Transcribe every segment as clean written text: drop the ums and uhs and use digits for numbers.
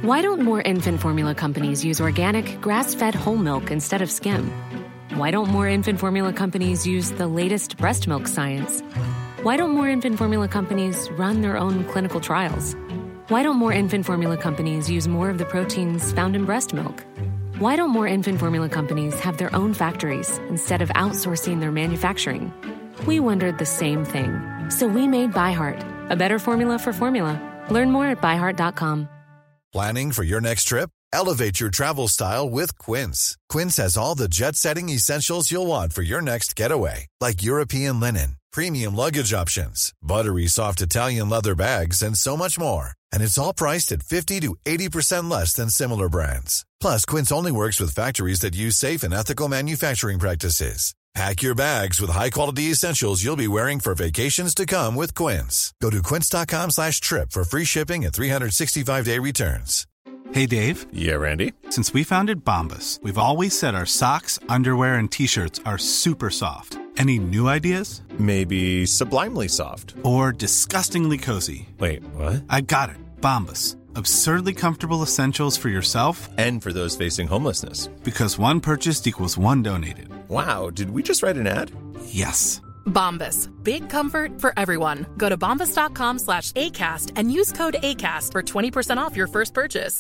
Why don't more infant formula companies use organic, grass-fed whole milk instead of skim? Why don't more infant formula companies use the latest breast milk science? Why don't more infant formula companies run their own clinical trials? Why don't more infant formula companies use more of the proteins found in breast milk? Why don't more infant formula companies have their own factories instead of outsourcing their manufacturing? We wondered the same thing. So we made ByHeart, a better formula for formula. Learn more at byheart.com. Planning for your next trip? Elevate your travel style with Quince. Quince has all the jet-setting essentials you'll want for your next getaway, like European linen, premium luggage options, buttery soft Italian leather bags, and so much more. And it's all priced at 50 to 80% less than similar brands. Plus, Quince only works with factories that use safe and ethical manufacturing practices. Pack your bags with high-quality essentials you'll be wearing for vacations to come with Quince. Go to quince.com/trip for free shipping and 365-day returns. Hey, Dave. Yeah, Randy. Since we founded Bombas, we've always said our socks, underwear, and T-shirts are super soft. Any new ideas? Maybe sublimely soft. Or disgustingly cozy. Wait, what? I got it. Bombas. Absurdly comfortable essentials for yourself and for those facing homelessness. Because one purchased equals one donated. Wow, did we just write an ad? Yes. Bombas. Big comfort for everyone. Go to bombas.com/ACAST and use code ACAST for 20% off your first purchase.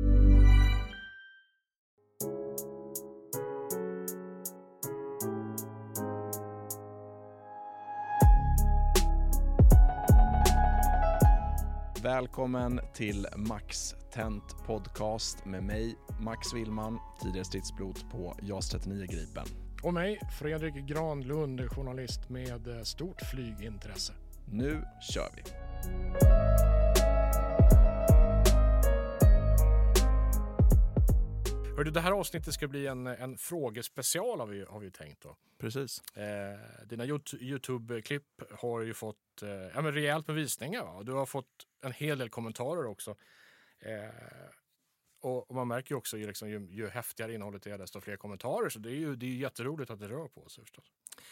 Välkommen till Max Tent Podcast med mig, Max Willman, tidigare stridspilot på JAS 39 Gripen. Och mig, Fredrik Granlund, journalist med stort flygintresse. Nu kör vi! Hörde, det här avsnittet ska bli en frågespecial har vi tänkt då. Precis. Dina YouTube-klipp har ju fått rejält med visningar, va? Du har fått en hel del kommentarer också. Och man märker ju också liksom, ju häftigare innehållet är desto fler kommentarer. Så det är ju jätteroligt att det rör på sig förstås.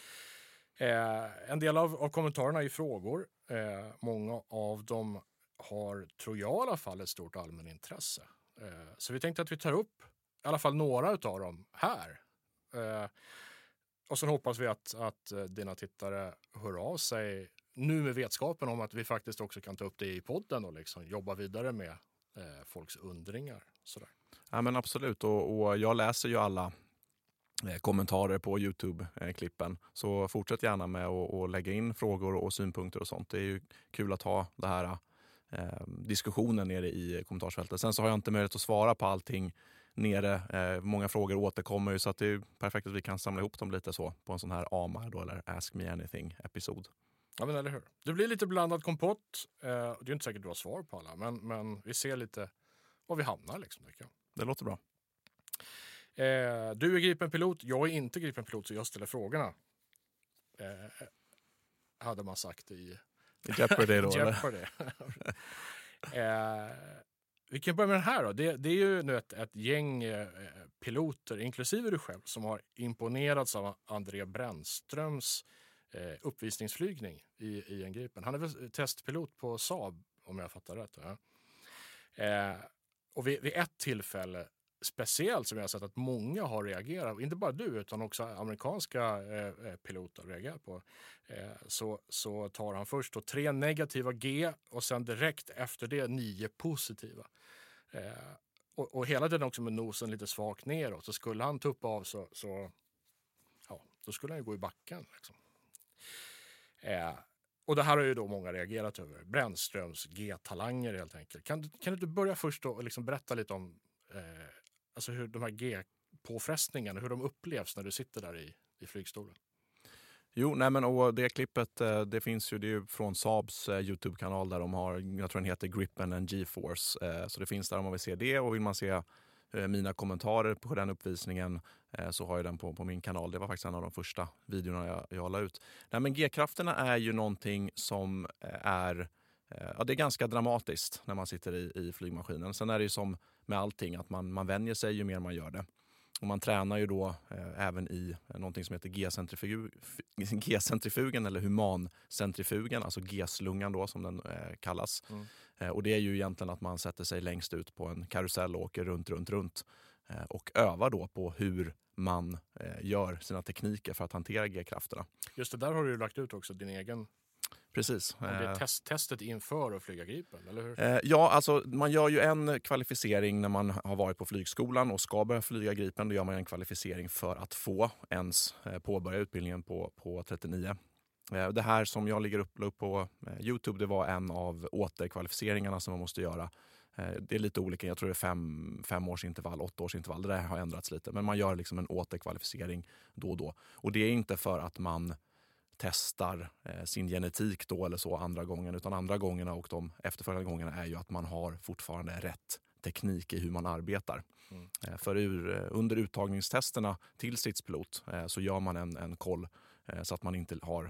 En del av kommentarerna är frågor. Många av dem har, tror jag i alla fall, ett stort allmänintresse. Så vi tänkte att vi tar upp i alla fall några av dem här. Och så hoppas vi att dina tittare hör av sig nu med vetskapen om att vi faktiskt också kan ta upp det i podden och liksom jobba vidare med folks undringar. Sådär. Ja, men absolut, och jag läser ju alla kommentarer på YouTube-klippen. Så fortsätt gärna med att lägga in frågor och synpunkter och sånt. Det är ju kul att ha det här diskussionen nere i kommentarsfältet. Sen så har jag inte möjlighet att svara på allting nere. Många frågor återkommer ju, så att det är perfekt att vi kan samla ihop dem lite så på en sån här AMA då, eller Ask Me Anything-episod. Ja, men eller hur. Det blir lite blandad kompott. Det är inte säkert du har svar på alla, men vi ser lite var vi hamnar liksom, tycker jag. Det låter bra. Du är Gripen-pilot, jag är inte Gripen-pilot, så jag ställer frågorna. Hade man sagt i Jeopardy då. Jeopardy. Vi kan börja med den här då. Det är ju nu ett gäng piloter, inklusive du själv, som har imponerats av André Brännströms uppvisningsflygning i en Gripen. Han är väl testpilot på Saab, om jag fattar rätt. Ja? Och vid ett tillfälle speciellt som jag har sett att många har reagerat, inte bara du utan också amerikanska piloter har reagerat på, så tar han först då 3 negativa G och sen direkt efter det 9 positiva. Och hela tiden också med nosen lite svagt neråt. Så skulle han tuppa av så då skulle han ju gå i backen liksom. Och det här har ju då många reagerat över. Brännströms G-talanger helt enkelt. Kan du inte börja först då och liksom berätta lite om alltså hur de här G-påfrestningarna, hur de upplevs när du sitter där i flygstolen? Jo, nej men och det klippet, det finns ju, det är ju från Saabs YouTube-kanal där de har, jag tror den heter Gripen and G-Force. Så det finns där om man vill se det, och vill man se mina kommentarer på den uppvisningen så har jag den på min kanal. Det var faktiskt en av de första videorna jag la ut. Nej, men G-krafterna är ju någonting som är det är ganska dramatiskt när man sitter i flygmaskinen. Sen är det ju som med allting att man vänjer sig ju mer man gör det. Och man tränar ju då även i någonting som heter G-centrifugen eller humancentrifugen, alltså G-slungan då som den kallas. Och det är ju egentligen att man sätter sig längst ut på en karusell och åker runt och övar då på hur man gör sina tekniker för att hantera G-krafterna. Just det, där har du ju lagt ut också din egen. Precis. Det är testet inför att flyga Gripen, eller hur? Ja, alltså man gör ju en kvalificering när man har varit på flygskolan och ska börja flyga Gripen. Då gör man en kvalificering för att få ens påbörja utbildningen på 39. Det här som jag ligger upp på YouTube, det var en av återkvalificeringarna som man måste göra. Det är lite olika, jag tror det är 5 års intervall, 8 års intervall. Det där har ändrats lite, men man gör liksom en återkvalificering då och då. Och det är inte för att man testar sin genetik då eller så andra gången, utan andra gångerna och de efterföljande gångerna är ju att man har fortfarande rätt teknik i hur man arbetar. För under uttagningstesterna till stridspilot så gör man en koll så att man inte har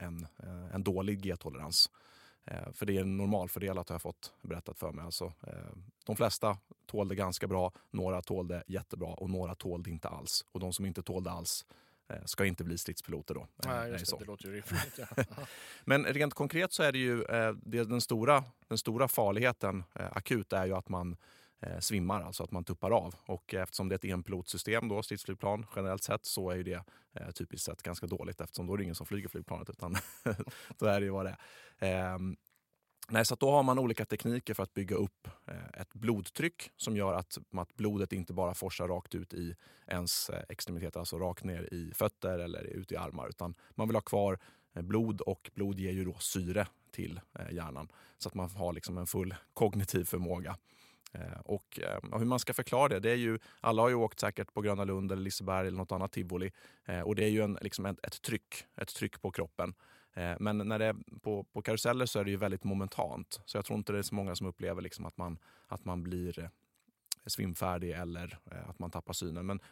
en dålig G-tolerans. För det är en normalfördelat, har jag fått berättat för mig. Alltså, de flesta tålde ganska bra, några tålde jättebra och några tålde inte alls. Och de som inte tålde alls ska inte bli stridspiloter då. Nej, just det låter ju rimligt. Ja. Men rent konkret så är det ju den stora farligheten akut är ju att man svimmar, alltså att man tuppar av. Och eftersom det är ett enpilotsystem då, stridsflygplan generellt sett, så är ju det typiskt sett ganska dåligt, eftersom då är det ingen som flyger flygplanet, utan då är det ju vad det är. Nej, så då har man olika tekniker för att bygga upp ett blodtryck som gör att blodet inte bara forsar rakt ut i ens extremiteter, alltså rakt ner i fötter eller ut i armar, utan man vill ha kvar blod, och blod ger ju då syre till hjärnan så att man har liksom en full kognitiv förmåga. Och hur man ska förklara det är ju, alla har ju åkt säkert på Gröna Lund eller Liseberg eller något annat tivoli, och det är ju ett tryck på kroppen. Men när det är på karuseller så är det ju väldigt momentant, så jag tror inte det är så många som upplever liksom att man blir svimfärdig eller att man tappar synen. Men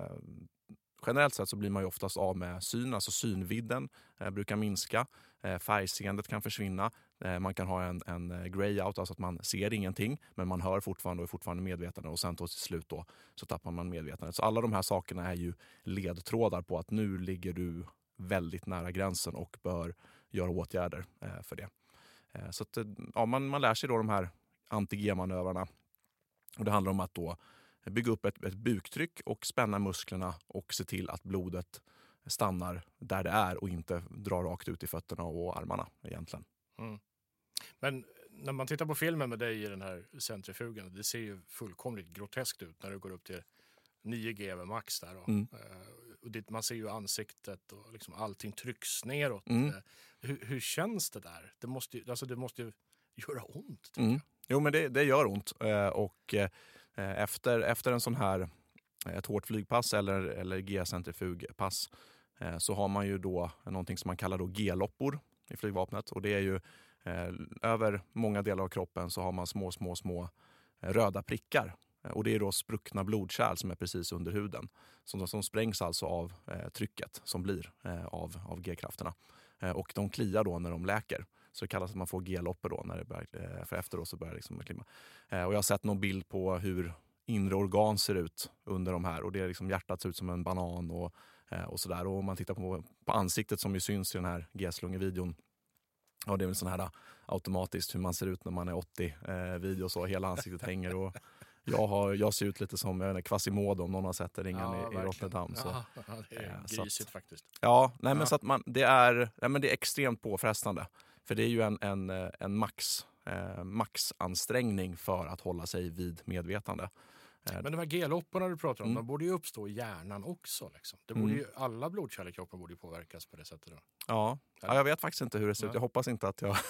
generellt sett så blir man ju oftast av med syn, alltså synvidden brukar minska, färgseendet kan försvinna, man kan ha en grey out, alltså att man ser ingenting men man hör fortfarande och är fortfarande medvetande, och sen till slut då så tappar man medvetandet. Så alla de här sakerna är ju ledtrådar på att nu ligger du väldigt nära gränsen och bör göra åtgärder för det. Så att, ja, man lär sig då de här anti-G-manövrarna, och det handlar om att då bygga upp ett buktryck och spänna musklerna och se till att blodet stannar där det är och inte drar rakt ut i fötterna och armarna egentligen. Men när man tittar på filmen med dig i den här centrifugen, det ser ju fullkomligt groteskt ut när du går upp till 9G över max där. Och man ser ju ansiktet och liksom allting trycks neråt. Hur känns det där? Det måste ju göra ont. Jo, men det gör ont. Och efter en sån här ett hårt flygpass eller G-centrifugpass så har man ju då någonting som man kallar då G-loppor i flygvapnet. Och det är ju över många delar av kroppen så har man små röda prickar. Och det är då spruckna blodkärl som är precis under huden. Som sprängs alltså av trycket som blir av G-krafterna. Och de kliar då när de läker. Så det kallas att man får G-loppor då, när det börjar, för efter då så börjar det liksom klimma. Och jag har sett någon bild på hur inre organ ser ut under de här. Och det är liksom, hjärtat ser ut som en banan och sådär. Och om man tittar på ansiktet som ju syns i den här G-slungevideon. Ja, det är väl sån här automatiskt hur man ser ut när man är 80 video så. Hela ansiktet hänger och jag ser ut lite som Quasimodo, om någon har sett ringen i Rotterdam. Så. Ja, det är grisigt faktiskt. Ja, nej, men så att det är extremt påfrestande. För det är ju en maxansträngning för att hålla sig vid medvetande. Men de här G-lopporna du pratar om, de borde ju uppstå i hjärnan också. Liksom. Det borde ju, alla blodkärl i kroppen borde ju påverkas på det sättet. Då. Ja, jag vet faktiskt inte hur det ser ut. Jag hoppas inte att jag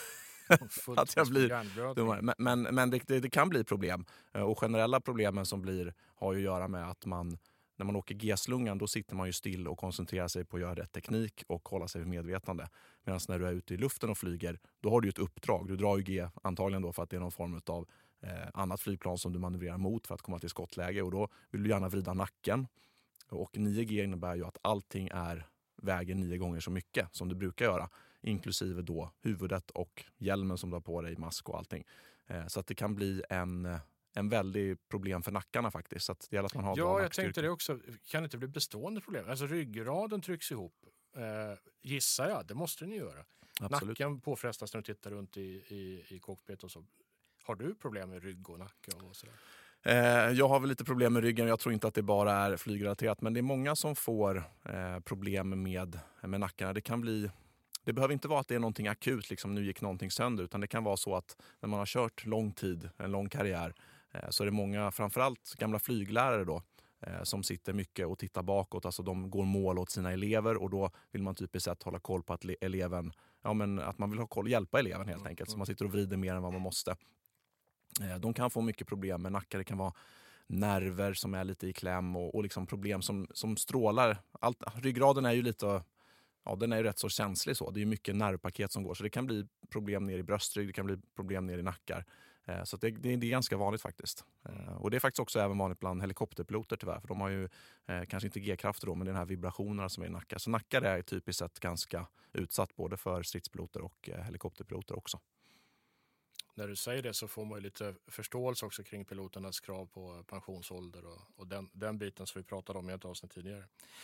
blir dummare. Men det kan bli problem. Och generella problemen som har ju att göra med att när man åker G-slungan, då sitter man ju still och koncentrerar sig på att göra rätt teknik och hålla sig vid medvetande. Medan när du är ute i luften och flyger, då har du ju ett uppdrag. Du drar ju G antagligen då för att det är någon form av annat flygplan som du manövrerar mot för att komma till skottläge. Och då vill du gärna vrida nacken. Och 9G innebär ju att allting väger 9 gånger så mycket som du brukar göra. Inklusive då huvudet och hjälmen som du har på dig, mask och allting. Så att det kan bli en väldigt problem för nackarna faktiskt. Så att det gäller att man har bra Ja, jag nackstyrka. tänkte det också. Kan det inte bli bestående problem? Alltså ryggraden trycks ihop. Gissar jag, det måste den ju göra. Absolut. Nacken påfrestas när du tittar runt i cockpit och så. Har du problem med rygg och nacke och sådär? Jag har väl lite problem med ryggen. Jag tror inte att det bara är flygrelaterat. Men det är många som får problem med nackarna. Det behöver inte vara att det är någonting akut, liksom nu gick någonting sönder. Utan det kan vara så att när man har kört lång tid, en lång karriär, så är det många, framförallt gamla flyglärare då, som sitter mycket och tittar bakåt. Alltså de går mål åt sina elever och då vill man typiskt sett hålla koll på att eleven, att man vill ha koll, hjälpa eleven helt enkelt. Så man sitter och vrider mer än vad man måste. De kan få mycket problem med nackar. Det kan vara nerver som är lite i kläm och liksom problem som strålar. Ryggraden är ju lite, den är ju rätt så känslig så. Det är ju mycket nervpaket som går. Så det kan bli problem ner i bröstrygg, det kan bli problem ner i nackar. Så det är ganska vanligt faktiskt. Och det är faktiskt också även vanligt bland helikopterpiloter tyvärr. För de har ju kanske inte G-krafter då, men det är den här vibrationerna som är i nackar. Så nackar är typiskt sett ganska utsatt både för stridspiloter och helikopterpiloter också. När du säger det så får man ju lite förståelse också kring piloternas krav på pensionsålder och den biten som vi pratade om i ett avsnitt tidigare.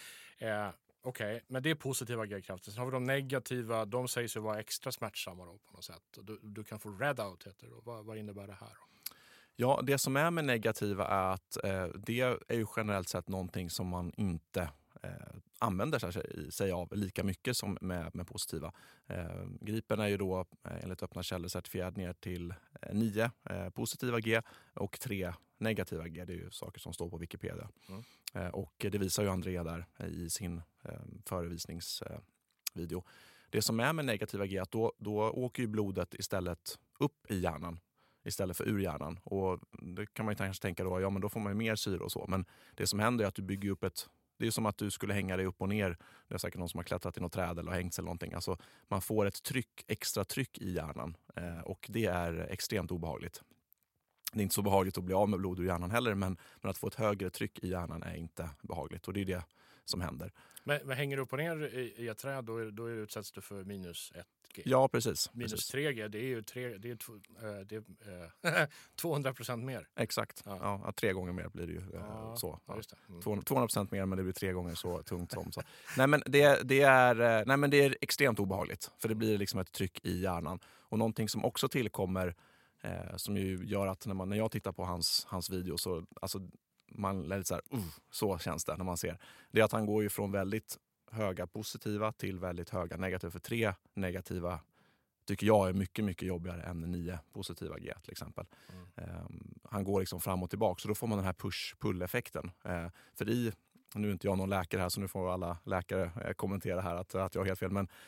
Okej, men det är positiva G-krafter. Sen har vi de negativa, de sägs ju vara extra smärtsamma då, på något sätt. Du kan få red-out heter det då. Vad innebär det här då? Ja, det som är med negativa är att det är ju generellt sett någonting som man inte använder sig av lika mycket som med positiva. Gripen är ju då enligt öppna källor certifierad ner till 9 positiva G och 3 negativa G. Det är ju saker som står på Wikipedia. Och det visar ju Andrea där i sin förevisningsvideo. Det som är med negativa G är att då åker ju blodet istället upp i hjärnan istället för ur hjärnan. Och det kan man ju kanske tänka då, men då får man ju mer syre och så. Men det som händer är att du bygger upp det är som att du skulle hänga dig upp och ner. Det är säkert någon som har klättrat i något träd eller hängt sig eller någonting. Alltså man får ett extra tryck i hjärnan. Och det är extremt obehagligt. Det är inte så behagligt att bli av med blod ur hjärnan heller. Men att få ett högre tryck i hjärnan är inte behagligt. Och det är det som händer. Men hänger du upp och ner i ett träd då utsätts du för minus 1 G. Ja, precis. Minus 3 G, det är ju 200% mer. Exakt. Ja, 3 gånger mer blir det ju så. Ja. Just det. 200% mer, men det blir 3 gånger så tungt som så. Nej, men det är extremt obehagligt. För det blir liksom ett tryck i hjärnan. Och någonting som också tillkommer som ju gör att när jag tittar på hans video så alltså man lite så här, så känns det när man ser. Det är att han går ju från väldigt höga positiva till väldigt höga negativa. För 3 negativa tycker jag är mycket, mycket jobbigare än 9 positiva G till exempel. Han går liksom fram och tillbaka, så då får man den här push-pull-effekten. För nu är inte jag någon läkare här, så nu får alla läkare kommentera här att jag har helt fel. Men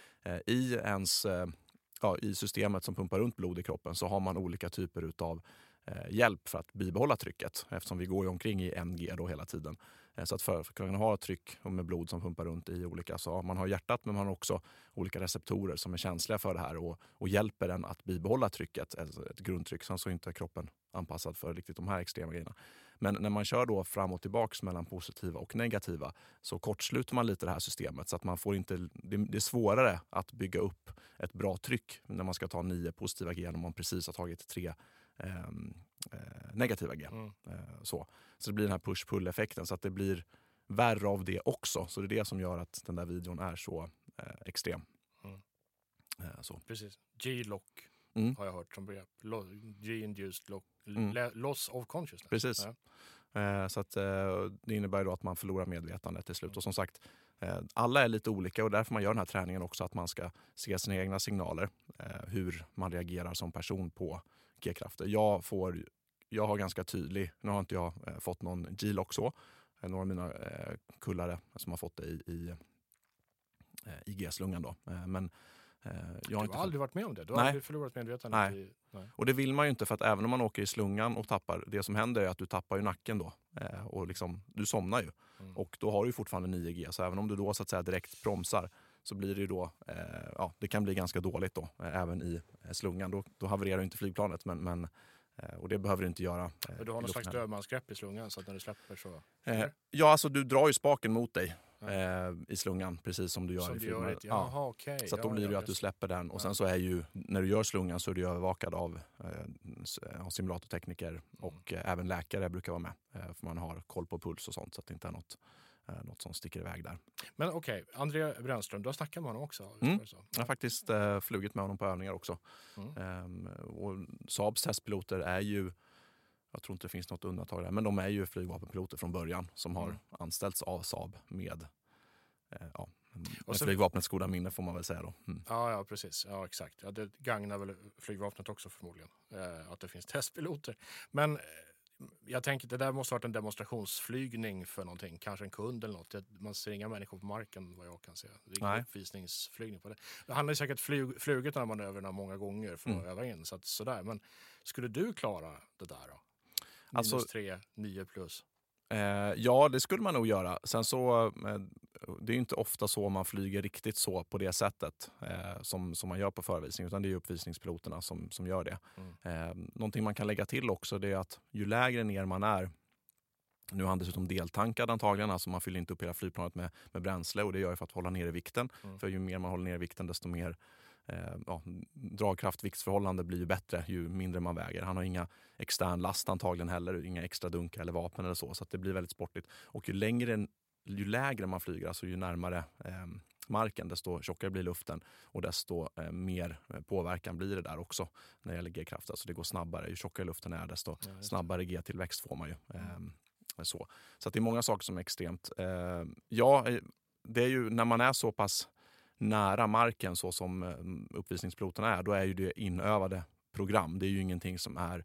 i systemet som pumpar runt blod i kroppen så har man olika typer utav hjälp för att bibehålla trycket, eftersom vi går ju omkring i 1 G då hela tiden. Så att för att kunna ha tryck med blod som pumpar runt i olika, så man har hjärtat, men man har också olika receptorer som är känsliga för det här och hjälper den att bibehålla trycket, alltså ett grundtryck. Sen så är inte kroppen anpassad för riktigt de här extrema grejerna. Men när man kör då fram och tillbaks mellan positiva och negativa så kortsluter man lite det här systemet, så att man får inte, det är svårare att bygga upp ett bra tryck när man ska ta 9 positiva G om man precis har tagit 3 negativa G. Så det blir den här push-pull-effekten, så att det blir värre av det också. Så det är det som gör att den där videon är så extrem. Så. Precis. G-lock har jag hört som begrepp. G-induced loss of consciousness. Precis. Ja. Så att det innebär då att man förlorar medvetandet till slut. Och som sagt, alla är lite olika, och därför man gör den här träningen också, att man ska se sina egna signaler. Hur man reagerar som person på G-krafter. Jag har ganska tydlig, nu har inte jag fått någon G-lock så. Några av mina kullare som har fått det i G-slungan då. Men jag har aldrig varit med om det. Du har aldrig förlorat medvetandet. Nej. Och det vill man ju inte, för att även om man åker i slungan och tappar, det som händer är att du tappar ju nacken då. Och liksom, du somnar ju. Och då har du ju fortfarande 9G. Så även om du då så att säga direkt bromsar, så blir det ju då, det kan bli ganska dåligt då, även i slungan. Då havererar ju inte flygplanet, men och det behöver du inte göra. Du har någon slags dödmansgrepp i slungan, så att när du släpper så... Ja, alltså du drar ju spaken mot dig i slungan, precis som du gör i filmen. Okej. Så att då blir det ju att du släpper den. Och sen så är ju, när du gör slungan så är du övervakad av simulatortekniker och även läkare brukar vara med. För man har koll på puls och sånt så att det inte är något som sticker iväg där. Men okej, André Brännström, du har snackat med honom också? Jag har faktiskt flugit med honom på övningar också. Och Saabs testpiloter är ju, jag tror inte det finns något undantag där, men de är ju flygvapenpiloter från början som har anställts av Saab med flygvapnets goda minne får man väl säga då. Ja, precis. Ja, exakt. Ja, det gagnar väl flygvapnet också förmodligen, att det finns testpiloter. Men jag tänker att det där måste ha varit en demonstrationsflygning för någonting, kanske en kund eller något. Man ser inga människor på marken vad jag kan se. Det är en uppvisningsflygning på det. Han har ju säkert flugit den här manövrarna många gånger för att öva in. Sådär. Men skulle du klara det där då? -3, 9+. Ja, det skulle man nog göra. Sen så, det är ju inte ofta så man flyger riktigt så på det sättet som man gör på förevisning, utan det är ju uppvisningspiloterna som gör det. Någonting man kan lägga till också, det är att ju lägre ner man är, nu är han dessutom deltankad antagligen, alltså man fyller inte upp hela flygplanet med bränsle, och det gör ju för att hålla nere vikten. För ju mer man håller ner vikten, desto mer dragkraft-viktsförhållande blir ju bättre ju mindre man väger. Han har inga extern last antagligen heller, inga extra dunkar eller vapen eller så att det blir väldigt sportigt. Och ju lägre man flyger, alltså ju närmare marken, desto tjockare blir luften och desto mer påverkan blir det där också när det gäller G-kraft. Alltså det går snabbare, ju tjockare luften är desto snabbare G-tillväxt får man ju. Så att det är många saker som är extremt. Det är ju när man är så pass nära marken så som uppvisningspiloterna är, då är ju det inövade program. Det är ju ingenting som är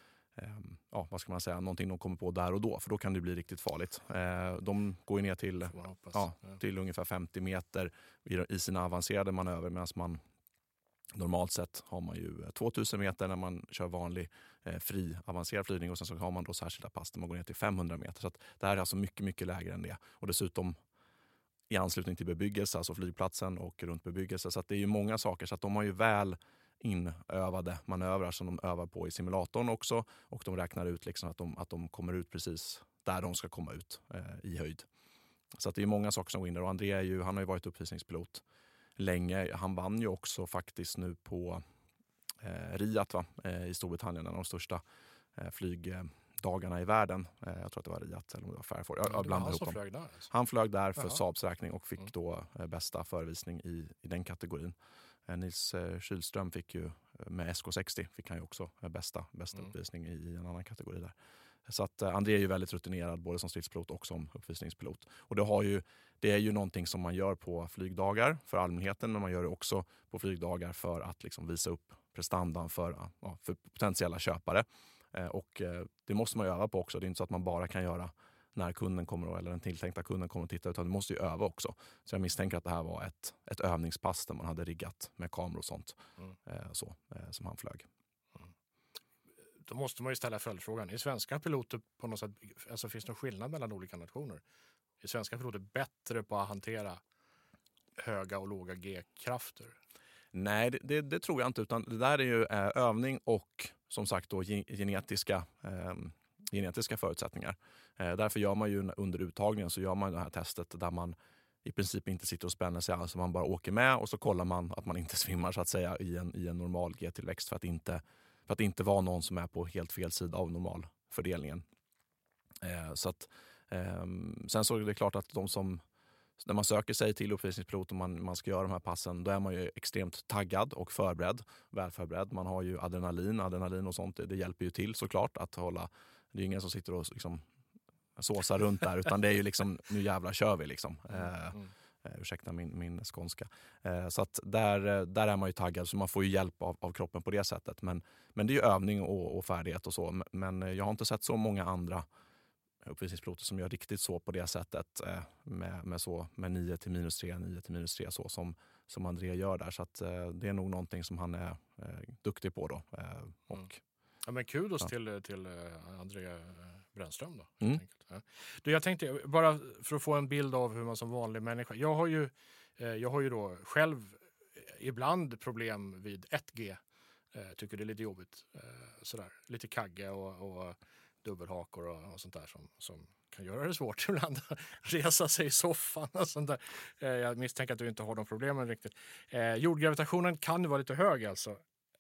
vad ska man säga, någonting de kommer på där och då, för då kan det bli riktigt farligt. De går ju ner till ungefär 50 meter i sina avancerade manöver, medan man normalt sett har man ju 2000 meter när man kör vanlig fri avancerad flygning, och sen så har man då särskilda pass där man går ner till 500 meter. Så att det här är alltså mycket, mycket lägre än det. Och dessutom i anslutning till bebyggelse, alltså flygplatsen och runt bebyggelse. Så att det är ju många saker, så att de har ju väl inövade manövrar som de övar på i simulatorn också, och de räknar ut liksom att de kommer ut precis där de ska komma ut i höjd. Så att det är många saker som går in där, och André han har ju varit uppvisningspilot länge. Han vann ju också faktiskt nu på Riat i Storbritannien, en av de största flygdagarna i världen. Jag tror att det var Riat eller om det var Fairford. Jag blandar ihop dem. Alltså. Han flög där för Saabs räkning och fick då bästa förevisning i den kategorin. Nils Kylström fick ju med SK60 fick han ju också bästa uppvisning i en annan kategori där. Så att André är ju väldigt rutinerad både som stridspilot och som uppvisningspilot. Och det är ju någonting som man gör på flygdagar för allmänheten, men man gör det också på flygdagar för att liksom visa upp prestandan för potentiella köpare. Och det måste man ju öva på också. Det är inte så att man bara kan göra när kunden kommer eller den tilltänkta kunden kommer att titta, utan du måste ju öva också. Så jag misstänker att det här var ett övningspass där man hade riggat med kameror och sånt som han flög. Då måste man ju ställa följdfrågan. Är svenska piloter på något sätt, alltså finns det någon skillnad mellan olika nationer? Är svenska piloter bättre på att hantera höga och låga G-krafter? Nej, det tror jag inte, utan det där är ju övning och som sagt då genetiska förutsättningar. Därför gör man ju under uttagningen så gör man det här testet där man i princip inte sitter och spänner sig, alltså man bara åker med och så kollar man att man inte svimmar så att säga i en normal G-tillväxt för att inte vara någon som är på helt fel sida av normalfördelningen. Så att sen så är det klart att när man söker sig till uppvisningspilot och man ska göra de här passen, då är man ju extremt taggad och väl förberedd. Man har ju adrenalin och sånt. Det hjälper ju till såklart att hålla. Det är ju ingen som sitter och liksom såsar runt där, utan det är ju liksom, nu jävla kör vi liksom. Ursäkta min skånska. Så att där är man ju taggad, så man får ju hjälp av kroppen på det sättet. Men det är ju övning och färdighet och så. Men jag har inte sett så många andra uppvisningspiloter som gör riktigt så på det sättet med 9 till -3, 9 till -3 så som André gör där. Så att det är nog någonting som han är duktig på då. Ja, men kudos till André Brännström då. Ja. Jag tänkte bara för att få en bild av hur man som vanlig människa. Jag har ju då själv ibland problem vid 1G. Tycker det är lite jobbigt. Sådär. Lite kagge och dubbelhakor och sånt där som kan göra det svårt ibland att resa sig i soffan och sånt där. Jag misstänker att du inte har de problemen riktigt. Jordgravitationen kan ju vara lite hög alltså.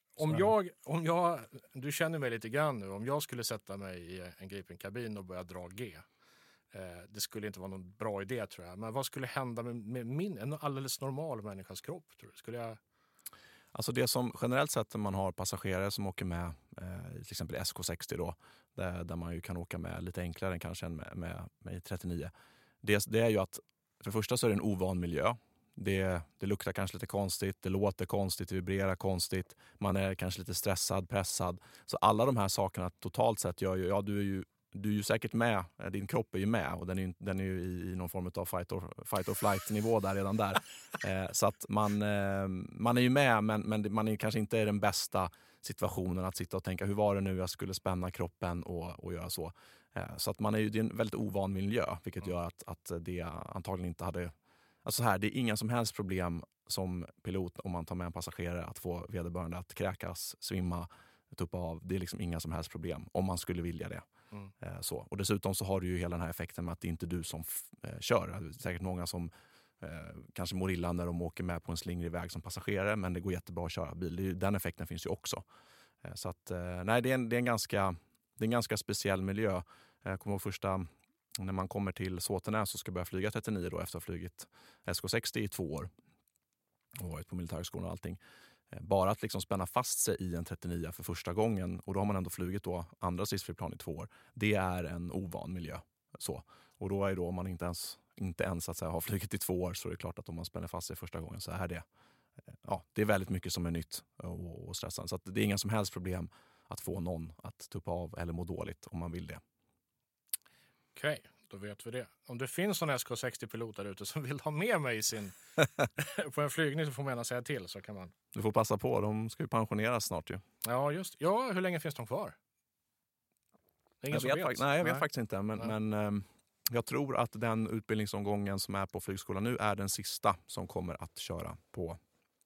Om jag, du känner mig lite grann nu, om jag skulle sätta mig i en Gripen-kabin och börja dra G, det skulle inte vara någon bra idé tror jag. Men vad skulle hända med en alldeles normal människas kropp tror du? Skulle jag... Alltså det som generellt sett när man har passagerare som åker med till exempel SK60 då, där man ju kan åka med lite enklare än kanske än med 39. Det är ju att för det första så är det en ovan miljö. Det luktar kanske lite konstigt, det låter konstigt, det vibrerar konstigt. Man är kanske lite stressad, pressad. Så alla de här sakerna totalt sett gör ju, du är ju säkert med, din kropp är ju med och den är ju i någon form av fight or flight nivå där redan där. Så att man är ju med men man är kanske inte i den bästa situationen att sitta och tänka hur var det nu jag skulle spänna kroppen och göra så. Så att det är en väldigt ovan miljö vilket gör att det antagligen inte hade... Alltså här, det är inga som helst problem som pilot om man tar med en passagerare att få vederbörande att kräkas, svimma, tuppa av. Det är liksom inga som helst problem om man skulle vilja det. Så. Och dessutom så har du ju hela den här effekten med att det inte är du som kör. Det är säkert många som kanske mår illa när de åker med på en slingrig väg som passagerare men det går jättebra att köra bil. Den effekten finns ju också. Så att, nej, det är en ganska speciell miljö. Jag kommer ihåg första... När man kommer till Såtenäs så ska börja flyga 39 då efter att ha flugit SK60 i 2 år och varit på militärskolan och allting. Bara att liksom spänna fast sig i en 39 för första gången och då har man ändå flugit då andra stridsflygplan i 2 år. Det är en ovan miljö. Så. Och då är om man inte ens att säga, har flugit i 2 år så är det klart att om man spänner fast sig första gången så är det. Ja, det är väldigt mycket som är nytt och stressande. Så att det är inga som helst problem att få någon att tuppa av eller må dåligt om man vill det. Okej, då vet vi det. Om det finns någon SK60-pilot där ute som vill ha med mig på en flygning så får man gärna säga till så kan man. Du får passa på, de ska ju pensioneras snart ju. Ja, just. Ja, hur länge finns de kvar? Det är ingen som vet. Nej, jag vet faktiskt inte. Men jag tror att den utbildningsomgången som är på flygskolan nu är den sista som kommer att köra på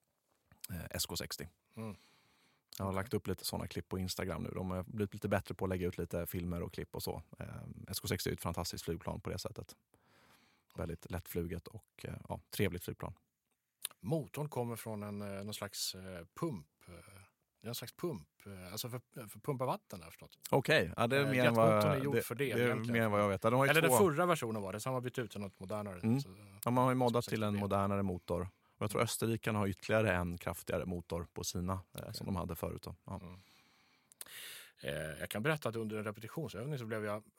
SK60. Jag har lagt upp lite sådana klipp på Instagram nu. De har blivit lite bättre på att lägga ut lite filmer och klipp och så. SK60 är ett fantastiskt flygplan på det sättet. Väldigt lättfluget och trevligt flygplan. Motorn kommer från någon slags pump. Det är en slags pump, alltså för pumpa vatten där förstått. Okej, ja, det är mer än vad jag vet. Eller den förra versionen var det, som har bytt ut till något modernare. Ja, man har ju moddat till en modernare motor. Och jag tror Österrikarna har ytterligare en kraftigare motor på sina som de hade förut. Ja. Jag kan berätta att under en repetitionsövning så blev jag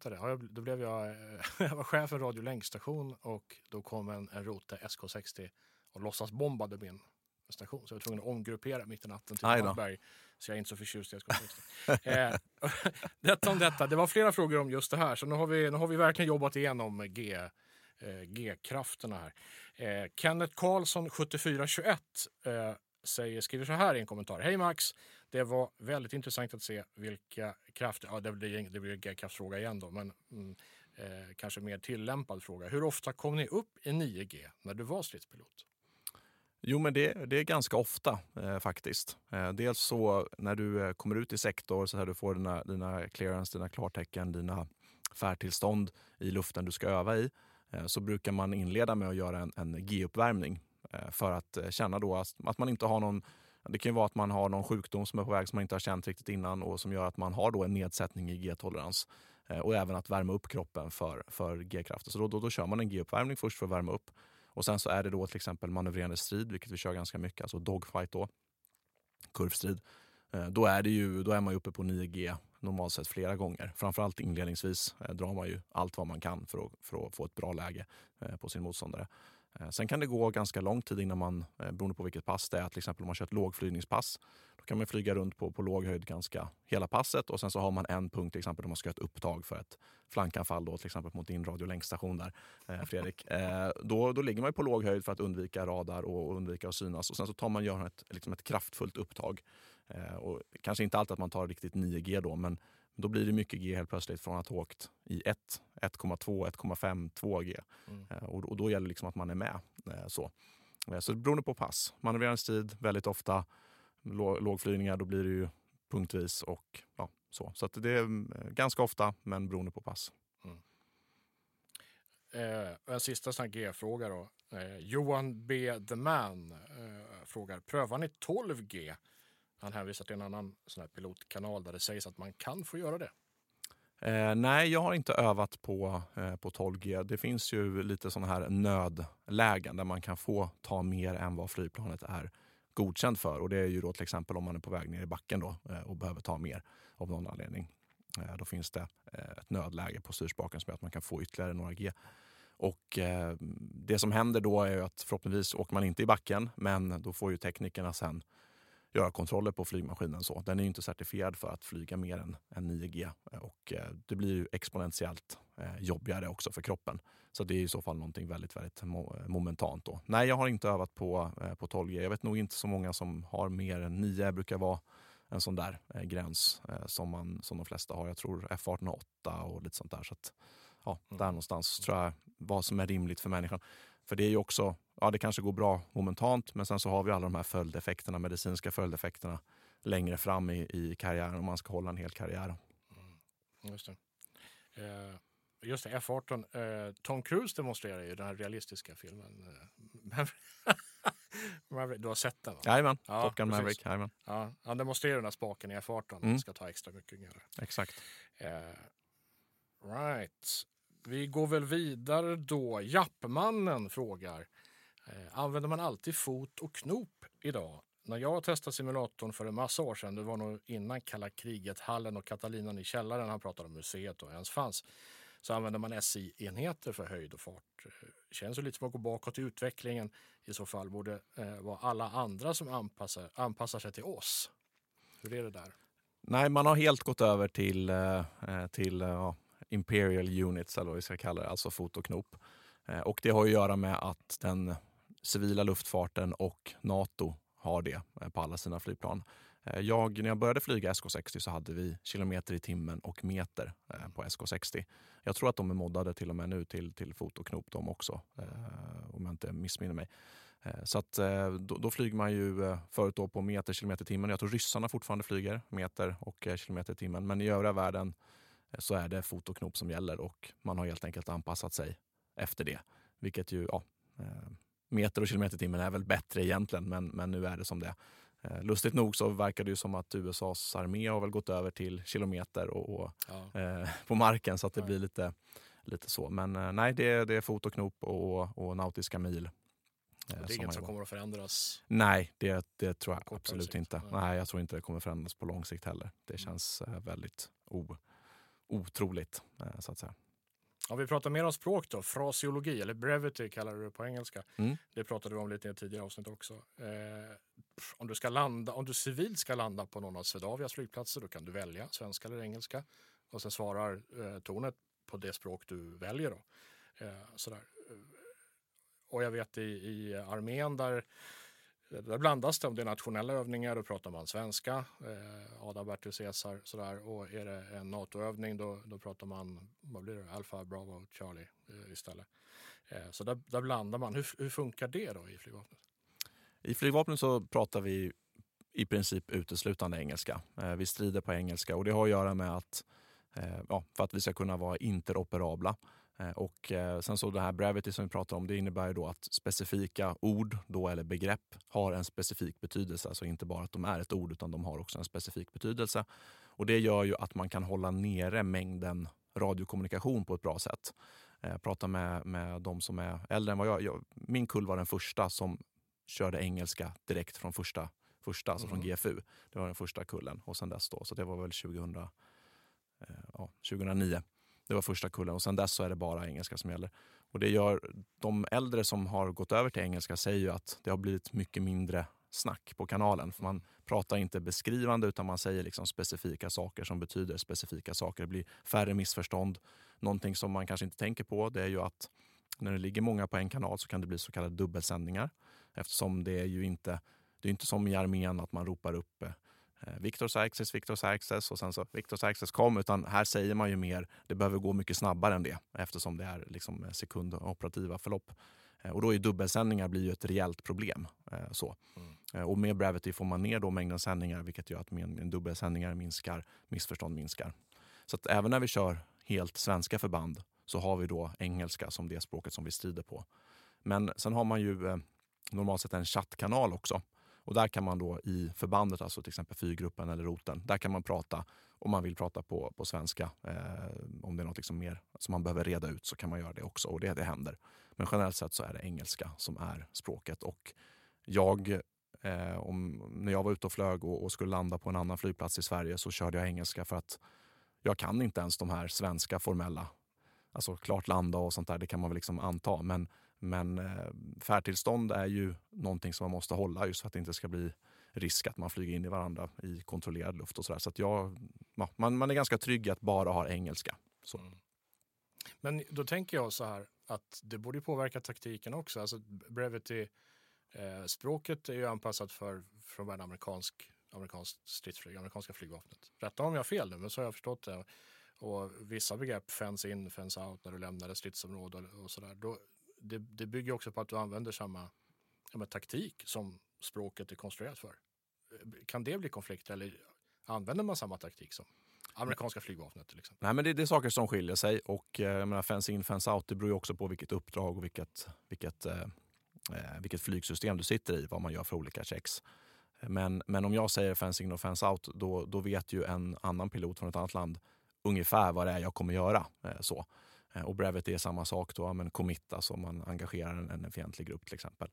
var chef för Radio Länkstation och då kom en rota SK60 och låtsasbombade min station. Så jag var tvungen att omgruppera mitt i natten till Malmberg. Så jag är inte så förtjust i SK60. Detta om detta. Det var flera frågor om just det här. Så nu har vi verkligen jobbat igenom G-krafterna här. Kenneth Karlsson 7421 skriver så här i en kommentar. Hej Max, det var väldigt intressant att se vilka krafter, ja det blir en G-kraftfråga igen då, men kanske mer tillämpad fråga. Hur ofta kom ni upp i 9G när du var stridspilot? Jo, men det är ganska ofta faktiskt. Dels så när du kommer ut i sektor så här du får dina clearance, dina klartecken, dina färdtillstånd i luften du ska öva i. Så brukar man inleda med att göra en G-uppvärmning för att känna då att man inte har någon, det kan ju vara att man har någon sjukdom som är på väg som man inte har känt riktigt innan och som gör att man har då en nedsättning i G-tolerans och även att värma upp kroppen för G-krafter. Så då kör man en G-uppvärmning först för att värma upp och sen så är det då till exempel manövrerande strid, vilket vi kör ganska mycket, alltså dogfight då, kurvstrid. Då är man ju uppe på 9G normalt sett flera gånger. Framförallt inledningsvis drar man ju allt vad man kan för att få ett bra läge på sin motståndare. Sen kan det gå ganska lång tid innan man, beroende på vilket pass det är, till exempel om man kör ett lågflygningspass, då kan man flyga runt på låg höjd ganska hela passet och sen så har man en punkt till exempel om man ska göra ett upptag för ett flankanfall då till exempel mot din radiolänkstation där, Fredrik. Då ligger man ju på låg höjd för att undvika radar och undvika att synas och sen så tar man gör ett kraftfullt upptag. Och kanske inte alltid att man tar riktigt 9G då, men då blir det mycket G helt plötsligt från att ha åkt i 1,2, 1,5, 2G. Och då gäller det liksom att man är med. Så det beror på pass. Manövrerande strid väldigt ofta, lågflygningar, då blir det ju punktvis och Så att det är ganska ofta, men beroende på pass. En sista sån här G-fråga då. Johan B. The Man frågar, prövar ni 12G? Han hänvisar till en annan sån här pilotkanal där det sägs att man kan få göra det. Nej, jag har inte övat på 12G. Det finns ju lite sådana här nödlägen där man kan få ta mer än vad flygplanet är godkänd för. Och det är ju då till exempel om man är på väg ner i backen då, och behöver ta mer av någon anledning. Då finns det ett nödläge på styrspaken som gör att man kan få ytterligare några G. Och det som händer då är ju att förhoppningsvis åker man inte i backen, men då får ju teknikerna sen göra kontroller på flygmaskinen. Så. Den är ju inte certifierad för att flyga mer än 9G och det blir ju exponentiellt jobbigare också för kroppen. Så det är i så fall någonting väldigt, väldigt momentant då. Nej, jag har inte övat på 12G. Jag vet nog inte så många som har mer än 9. Brukar vara en sån där gräns som de flesta har. Jag tror F-18 har 8 och lite sånt där. Så att, ja, där någonstans tror jag vad som är rimligt för människan. För det är ju också, ja det kanske går bra momentant, men sen så har vi alla de här följdeffekterna, medicinska följdeffekterna längre fram i karriären om man ska hålla en hel karriär. Just det. Just det, F-18. Tom Cruise demonstrerar ju den här realistiska filmen. Du har sett den va? Jajamän, Top Gun Maverick. Jajamän. Ja, han demonstrerar den här spaken i F-18. Man ska ta extra mycket mer. Exakt. Right. Vi går väl vidare då. Jappmannen frågar. Använder man alltid fot och knop idag? När jag testade simulatorn för en massa år sedan, det var nog innan kalla kriget, hallen och Katalinan i källaren, han pratade om museet och ens fanns, så använder man SI-enheter för höjd och fart. Känns ju lite som att gå bakåt i utvecklingen. I så fall borde vara alla andra som anpassar sig till oss. Hur är det där? Nej, man har helt gått över till Imperial Units, eller vad vi ska kalla det, alltså fot och knop. Och det har att göra med att den civila luftfarten och NATO har det på alla sina flygplan. När jag började flyga SK60 så hade vi kilometer i timmen och meter på SK60. Jag tror att de är moddade till och med nu till fot och knop de också, om jag inte missminner mig. Så att då flyger man ju förut då på meter, kilometer i timmen. Jag tror ryssarna fortfarande flyger meter och kilometer i timmen. Men i övriga världen så är det fot och knop som gäller och man har helt enkelt anpassat sig efter det. Vilket ju, meter och kilometer i timmen är väl bättre egentligen, men nu är det som det. Lustigt nog så verkar det ju som att USAs armé har väl gått över till kilometer på marken, så att det blir lite så. Men nej, det är fot och knop och nautiska mil. Det är inget som kommer att förändras? Nej, det tror jag absolut inte. Nej, jag tror inte det kommer att förändras på lång sikt heller. Det känns väldigt otroligt, så att säga. Ja, vi pratar mer om språk då. Fraseologi, eller brevity kallar du det på engelska. Det pratade vi om lite i tidigare avsnitt också. Om du civilt ska landa på någon av Swedavias flygplatser, då kan du välja svenska eller engelska. Och sen svarar tornet på det språk du väljer då. Sådär. Och jag vet i armén där blandas det. Om det är nationella övningar då pratar man svenska, Adam, Bertil, Caesar sådär. Och är det en NATO-övning då pratar man, vad blir det? Alfa, Bravo, Charlie istället. Så där blandar man. Hur funkar det då i flygvapnet? I flygvapnet så pratar vi i princip uteslutande engelska. Vi strider på engelska och det har att göra med att för att vi ska kunna vara interoperabla. Och sen så det här brevity som vi pratar om, det innebär ju då att specifika ord då, eller begrepp har en specifik betydelse. Alltså inte bara att de är ett ord, utan de har också en specifik betydelse. Och det gör ju att man kan hålla nere mängden radiokommunikation på ett bra sätt. Prata med de som är äldre än vad jag. Min kull var den första som körde engelska direkt från första alltså från GFU. Det var den första kullen och sen dess då. Så det var väl 2009. Det var första kullen och sen dess så är det bara engelska som gäller. Och det gör de äldre som har gått över till engelska säger ju att det har blivit mycket mindre snack på kanalen. För man pratar inte beskrivande utan man säger liksom specifika saker som betyder specifika saker. Det blir färre missförstånd. Någonting som man kanske inte tänker på, det är ju att när det ligger många på en kanal så kan det bli så kallade dubbelsändningar. Eftersom det är ju inte som i armén att man ropar upp Victor's access och sen så Victor's access kom, utan här säger man ju mer, det behöver gå mycket snabbare än det eftersom det är liksom sekundoperativa förlopp. Och då är dubbelsändningar blir ju ett reellt problem. Och med Brevity får man ner då mängden sändningar, vilket gör att en dubbelsändningar minskar, missförstånd minskar. Så att även när vi kör helt svenska förband så har vi då engelska som det språket som vi strider på. Men sen har man ju normalt sett en chattkanal också. Och där kan man då i förbandet, alltså till exempel fyrgruppen eller roten, där kan man prata om man vill prata på svenska. Om det är något som mer som man behöver reda ut så kan man göra det också, och det händer. Men generellt sett så är det engelska som är språket. Och när jag var ute och flög och skulle landa på en annan flygplats i Sverige så körde jag engelska för att jag kan inte ens de här svenska formella. Alltså klart landa och sånt där, det kan man väl liksom anta. Men färdtillstånd är ju någonting som man måste hålla just för att det inte ska bli risk att man flyger in i varandra i kontrollerad luft och sådär. Så att man är ganska trygg att bara ha engelska. Så. Men då tänker jag så här att det borde påverka taktiken också. Alltså Brevity, språket är ju anpassat från en amerikansk stridsflyg, amerikanska flygvapnet. Rätta om jag har fel nu, men så har jag förstått det. Och vissa begrepp, fence in, fence out, när du lämnar ett stridsområde och sådär. Det bygger också på att du använder samma taktik som språket är konstruerat för. Kan det bli konflikt eller använder man samma taktik som amerikanska flygvapnet till exempel? Nej, men det är saker som skiljer sig, och jag menar, fence in, fence out, det beror ju också på vilket uppdrag och vilket flygsystem du sitter i, vad man gör för olika checks. Men om jag säger fence in och fence out, då vet ju en annan pilot från ett annat land ungefär vad det är jag kommer göra. Och Brevity är samma sak då, men commit, alltså man engagerar en fientlig grupp till exempel.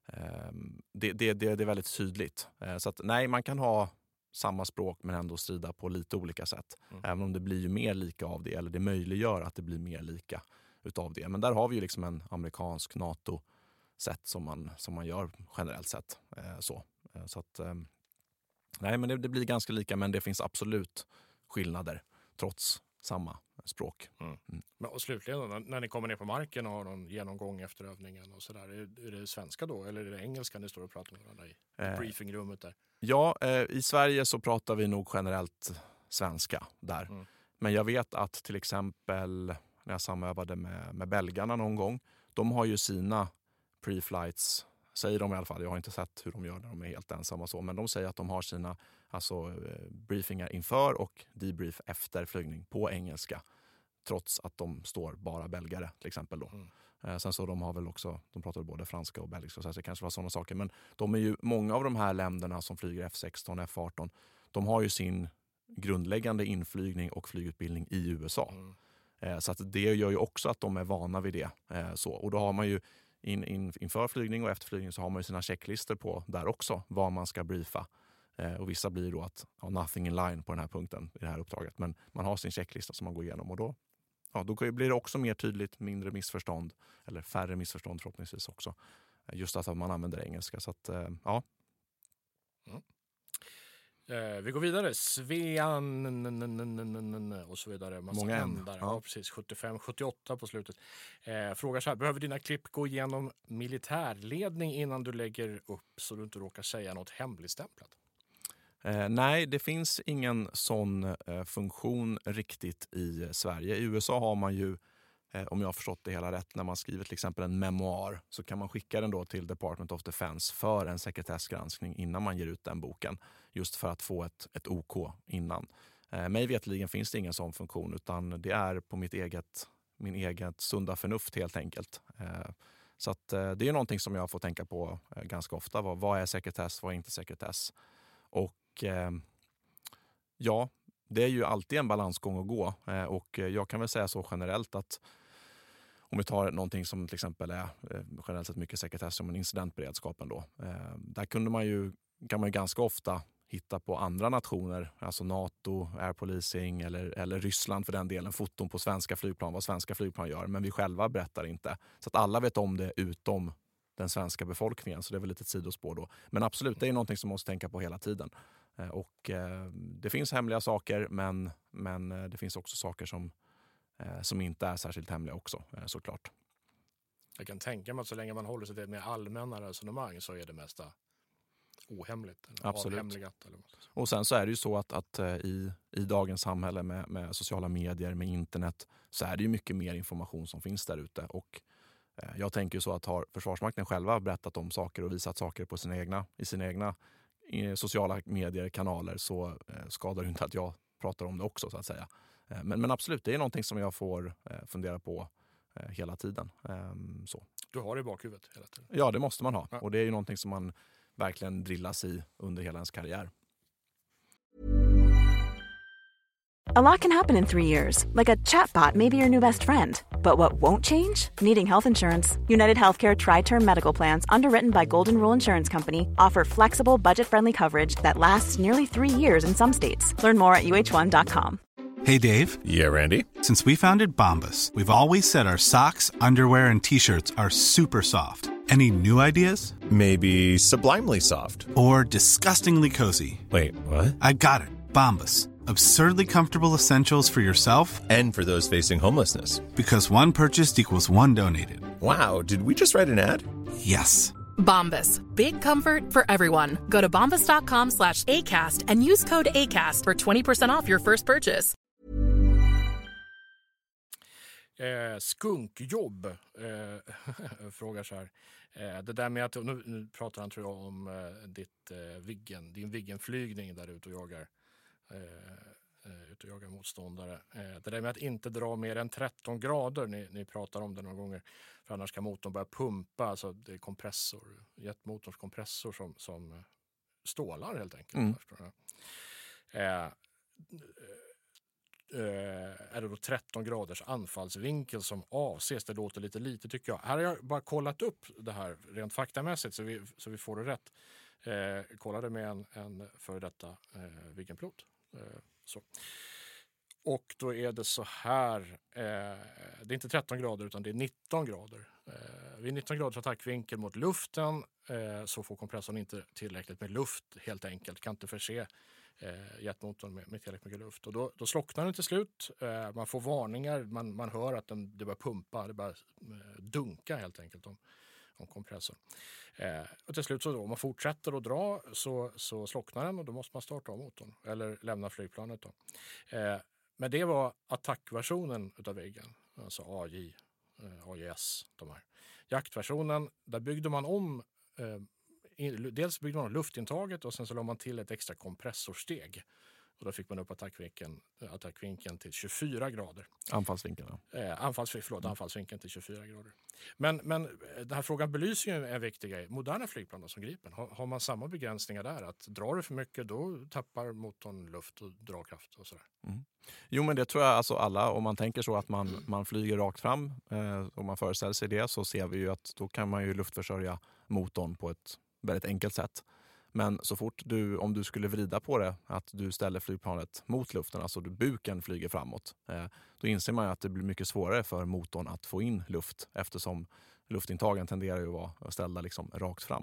Det är väldigt tydligt. Så att nej, man kan ha samma språk men ändå strida på lite olika sätt. Även om det blir ju mer lika av det, eller det möjliggör att det blir mer lika utav det. Men där har vi ju liksom en amerikansk NATO-sätt som man gör generellt sett. Så att nej, men det blir ganska lika, men det finns absolut skillnader trots samma språk. Men och slutligen då, när ni kommer ner på marken och har någon genomgång efter övningen och sådär, är det svenska då eller är det engelska ni står och pratar med varandra i briefingrummet där? Ja, i Sverige så pratar vi nog generellt svenska där. Men jag vet att till exempel när jag samövade med belgarna någon gång, de har ju sina pre-flights, säger de i alla fall. Jag har inte sett hur de gör när de är helt ensamma och så, men de säger att de har sina briefingar inför och debrief efter flygning på engelska, trots att de står bara belgare till exempel då. Sen så de har väl också, de pratar både franska och belgiska, så det kanske var sådana saker, men de är ju, många av de här länderna som flyger F-16, F-18, de har ju sin grundläggande inflygning och flygutbildning i USA. Så att det gör ju också att de är vana vid det. Och då har man ju inför flygning och efter flygning så har man ju sina checklister på där också, vad man ska briefa. Och vissa blir då att nothing in line på den här punkten i det här uppdraget. Men man har sin checklista som man går igenom, och då blir det också mer tydligt, mindre missförstånd, eller färre missförstånd förhoppningsvis också. Just att man använder engelska. Så att, ja. Vi går vidare. Svean och så vidare. Många ändar. Ja, precis. 75-78 på slutet. Frågar så här. Behöver dina klipp gå igenom militärledning innan du lägger upp så du inte råkar säga något hemligstämplat? Nej, det finns ingen sån funktion riktigt i Sverige. I USA har man ju, om jag har förstått det hela rätt, när man skriver till exempel en memoir så kan man skicka den då till Department of Defense för en sekretessgranskning innan man ger ut den boken. Just för att få ett OK innan. Mig vetligen finns det ingen sån funktion, utan det är på min eget sunda förnuft helt enkelt. Så att det är någonting som jag får tänka på ganska ofta. Vad är sekretess, vad är inte sekretess? Och ja, det är ju alltid en balansgång att gå. Och jag kan väl säga så generellt att om vi tar någonting som till exempel är generellt sett mycket sekretess som en incidentberedskapen då. Där kan man ju ganska ofta hitta på andra nationer, alltså NATO, Air Policing eller Ryssland för den delen, foton på svenska flygplan, vad svenska flygplan gör, men vi själva berättar inte. Så att alla vet om det utom den svenska befolkningen, så det är väl lite ett sidospår då. Men absolut, det är någonting som man måste tänka på hela tiden. Och det finns hemliga saker, men det finns också saker som inte är särskilt hemliga också, såklart. Jag kan tänka mig att så länge man håller sig till ett mer allmänna resonemang så är det mesta ohemligt. Absolut. Och sen så är det ju så att i dagens samhälle med sociala medier, med internet, så är det ju mycket mer information som finns där ute. Och Jag tänker ju så att har Försvarsmakten själva berättat om saker och visat saker på i sina egna sociala medier, kanaler, så skadar det inte att jag pratar om det också, så att säga. Men absolut, det är någonting som jag får fundera på hela tiden. Så. Du har det i bakhuvudet hela tiden? Ja, det måste man ha. Ja. Och det är ju någonting som man verkligen drillas i under hela ens karriär. A lot can happen in 3 years, like a chatbot may be your new best friend. But what won't change? Needing health insurance. United Healthcare Tri-Term Medical Plans, underwritten by Golden Rule Insurance Company, offer flexible, budget-friendly coverage that lasts nearly 3 years in some states. Learn more at uh1.com. Hey, Dave. Yeah, Randy. Since we founded Bombas, we've always said our socks, underwear, and T-shirts are super soft. Any new ideas? Maybe sublimely soft. Or disgustingly cozy? Wait, what? I got it. Bombas. Absurdly comfortable essentials for yourself And for those facing homelessness. because one purchased equals one donated. Wow, did we just write an ad? Yes. Bombas. Big comfort for everyone. Go to bombas.com/ACAST and use code ACAST for 20% off your first purchase. Skunkjobb frågar så här. Det där med att, nu pratar han tror jag om din Viggenflygning där ute och jagar motståndare. Det där med att inte dra mer än 13 grader, ni pratar om det några gånger, för annars kan motorn börja pumpa, alltså det är jetmotors kompressor som stålar helt enkelt. Är det då 13 graders anfallsvinkel som avses? Det låter lite tycker jag. Här har jag bara kollat upp det här rent faktamässigt så vi får det rätt. Kollade med en före detta Viggenpilot. Så. Och då är det så här, det är inte 13 grader utan det är 19 grader. Vid 19 graders attackvinkel mot luften så får kompressorn inte tillräckligt med luft helt enkelt. Kan inte förse jetmotorn med tillräckligt mycket luft. Och då slocknar den till slut. Man får varningar, man hör att det börjar pumpa, det börjar dunka helt enkelt om kompressorn. Och till slut så då, om man fortsätter att dra så slocknar den och då måste man starta om motorn eller lämna flygplanet då. Men det var attackversionen utav Viggen, alltså AJS, de här. Jaktversionen, där byggde man om dels byggde man om luftintaget och sen så la man till ett extra kompressorsteg. Och då fick man upp attackvinkeln till 24 grader. Anfallsvinkeln. Anfallsvinkeln till 24 grader. Men den här frågan belyser ju en viktig grej. Moderna flygplan som Gripen, har man samma begränsningar där? Att drar du för mycket då tappar motorn luft och dragkraft och sådär. Mm. Jo, men det tror jag alltså alla, om man tänker så att man flyger rakt fram och man föreställer sig det, så ser vi ju att då kan man ju luftförsörja motorn på ett väldigt enkelt sätt. Men så fort om du skulle vrida på det, att du ställer flygplanet mot luften, alltså buken flyger framåt, då inser man ju att det blir mycket svårare för motorn att få in luft, eftersom luftintagen tenderar ju att vara ställda liksom rakt fram.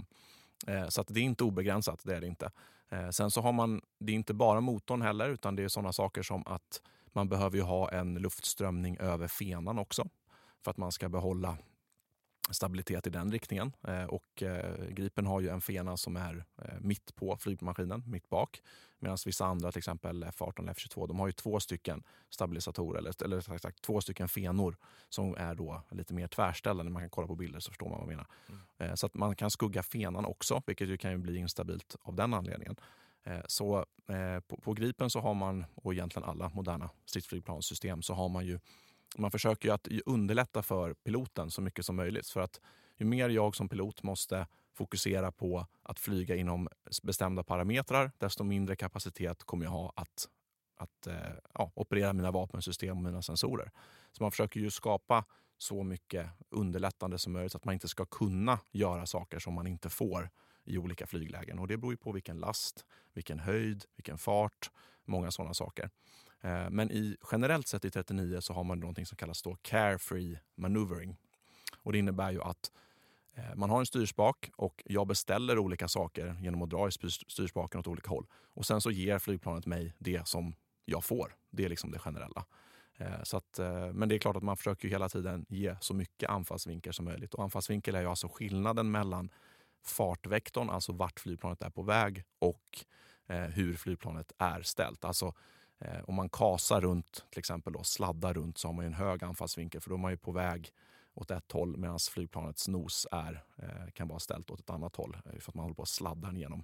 Så att det är inte obegränsat, det är det inte. Sen så har man, det är inte bara motorn heller, utan det är sådana saker som att man behöver ju ha en luftströmning över fenan också, för att man ska behålla stabilitet i den riktningen. Och Gripen har ju en fena som är mitt på flygmaskinen, mitt bak. Medan vissa andra, till exempel F-18 eller F-22, de har ju 2 stycken stabilisatorer, eller sagt 2 stycken fenor som är då lite mer tvärställda. När man kan kolla på bilder så förstår man vad jag menar. Så att man kan skugga fenan också, vilket ju kan ju bli instabilt av den anledningen. Så på Gripen så har man, och egentligen alla moderna stridsflygplanssystem, så har man ju, man försöker ju att underlätta för piloten så mycket som möjligt. För att ju mer jag som pilot måste fokusera på att flyga inom bestämda parametrar, desto mindre kapacitet kommer jag ha att operera mina vapensystem och mina sensorer. Så man försöker ju skapa så mycket underlättande som möjligt så att man inte ska kunna göra saker som man inte får i olika flyglägen. Och det beror ju på vilken last, vilken höjd, vilken fart, många sådana saker. Men generellt sett i 39 så har man någonting som kallas då carefree maneuvering. Och det innebär ju att man har en styrspak och jag beställer olika saker genom att dra i styrspaken åt olika håll. Och sen så ger flygplanet mig det som jag får. Det är liksom det generella. Men det är klart att man försöker ju hela tiden ge så mycket anfallsvinkel som möjligt. Och anfallsvinkel är ju alltså skillnaden mellan fartvektorn, alltså vart flygplanet är på väg, och hur flygplanet är ställt. Alltså om man kasar runt, till exempel då, sladdar runt, så har man ju en hög anfallsvinkel, för då är man ju på väg åt ett håll medan flygplanets nos kan vara ställt åt ett annat håll för att man håller på att sladda igenom.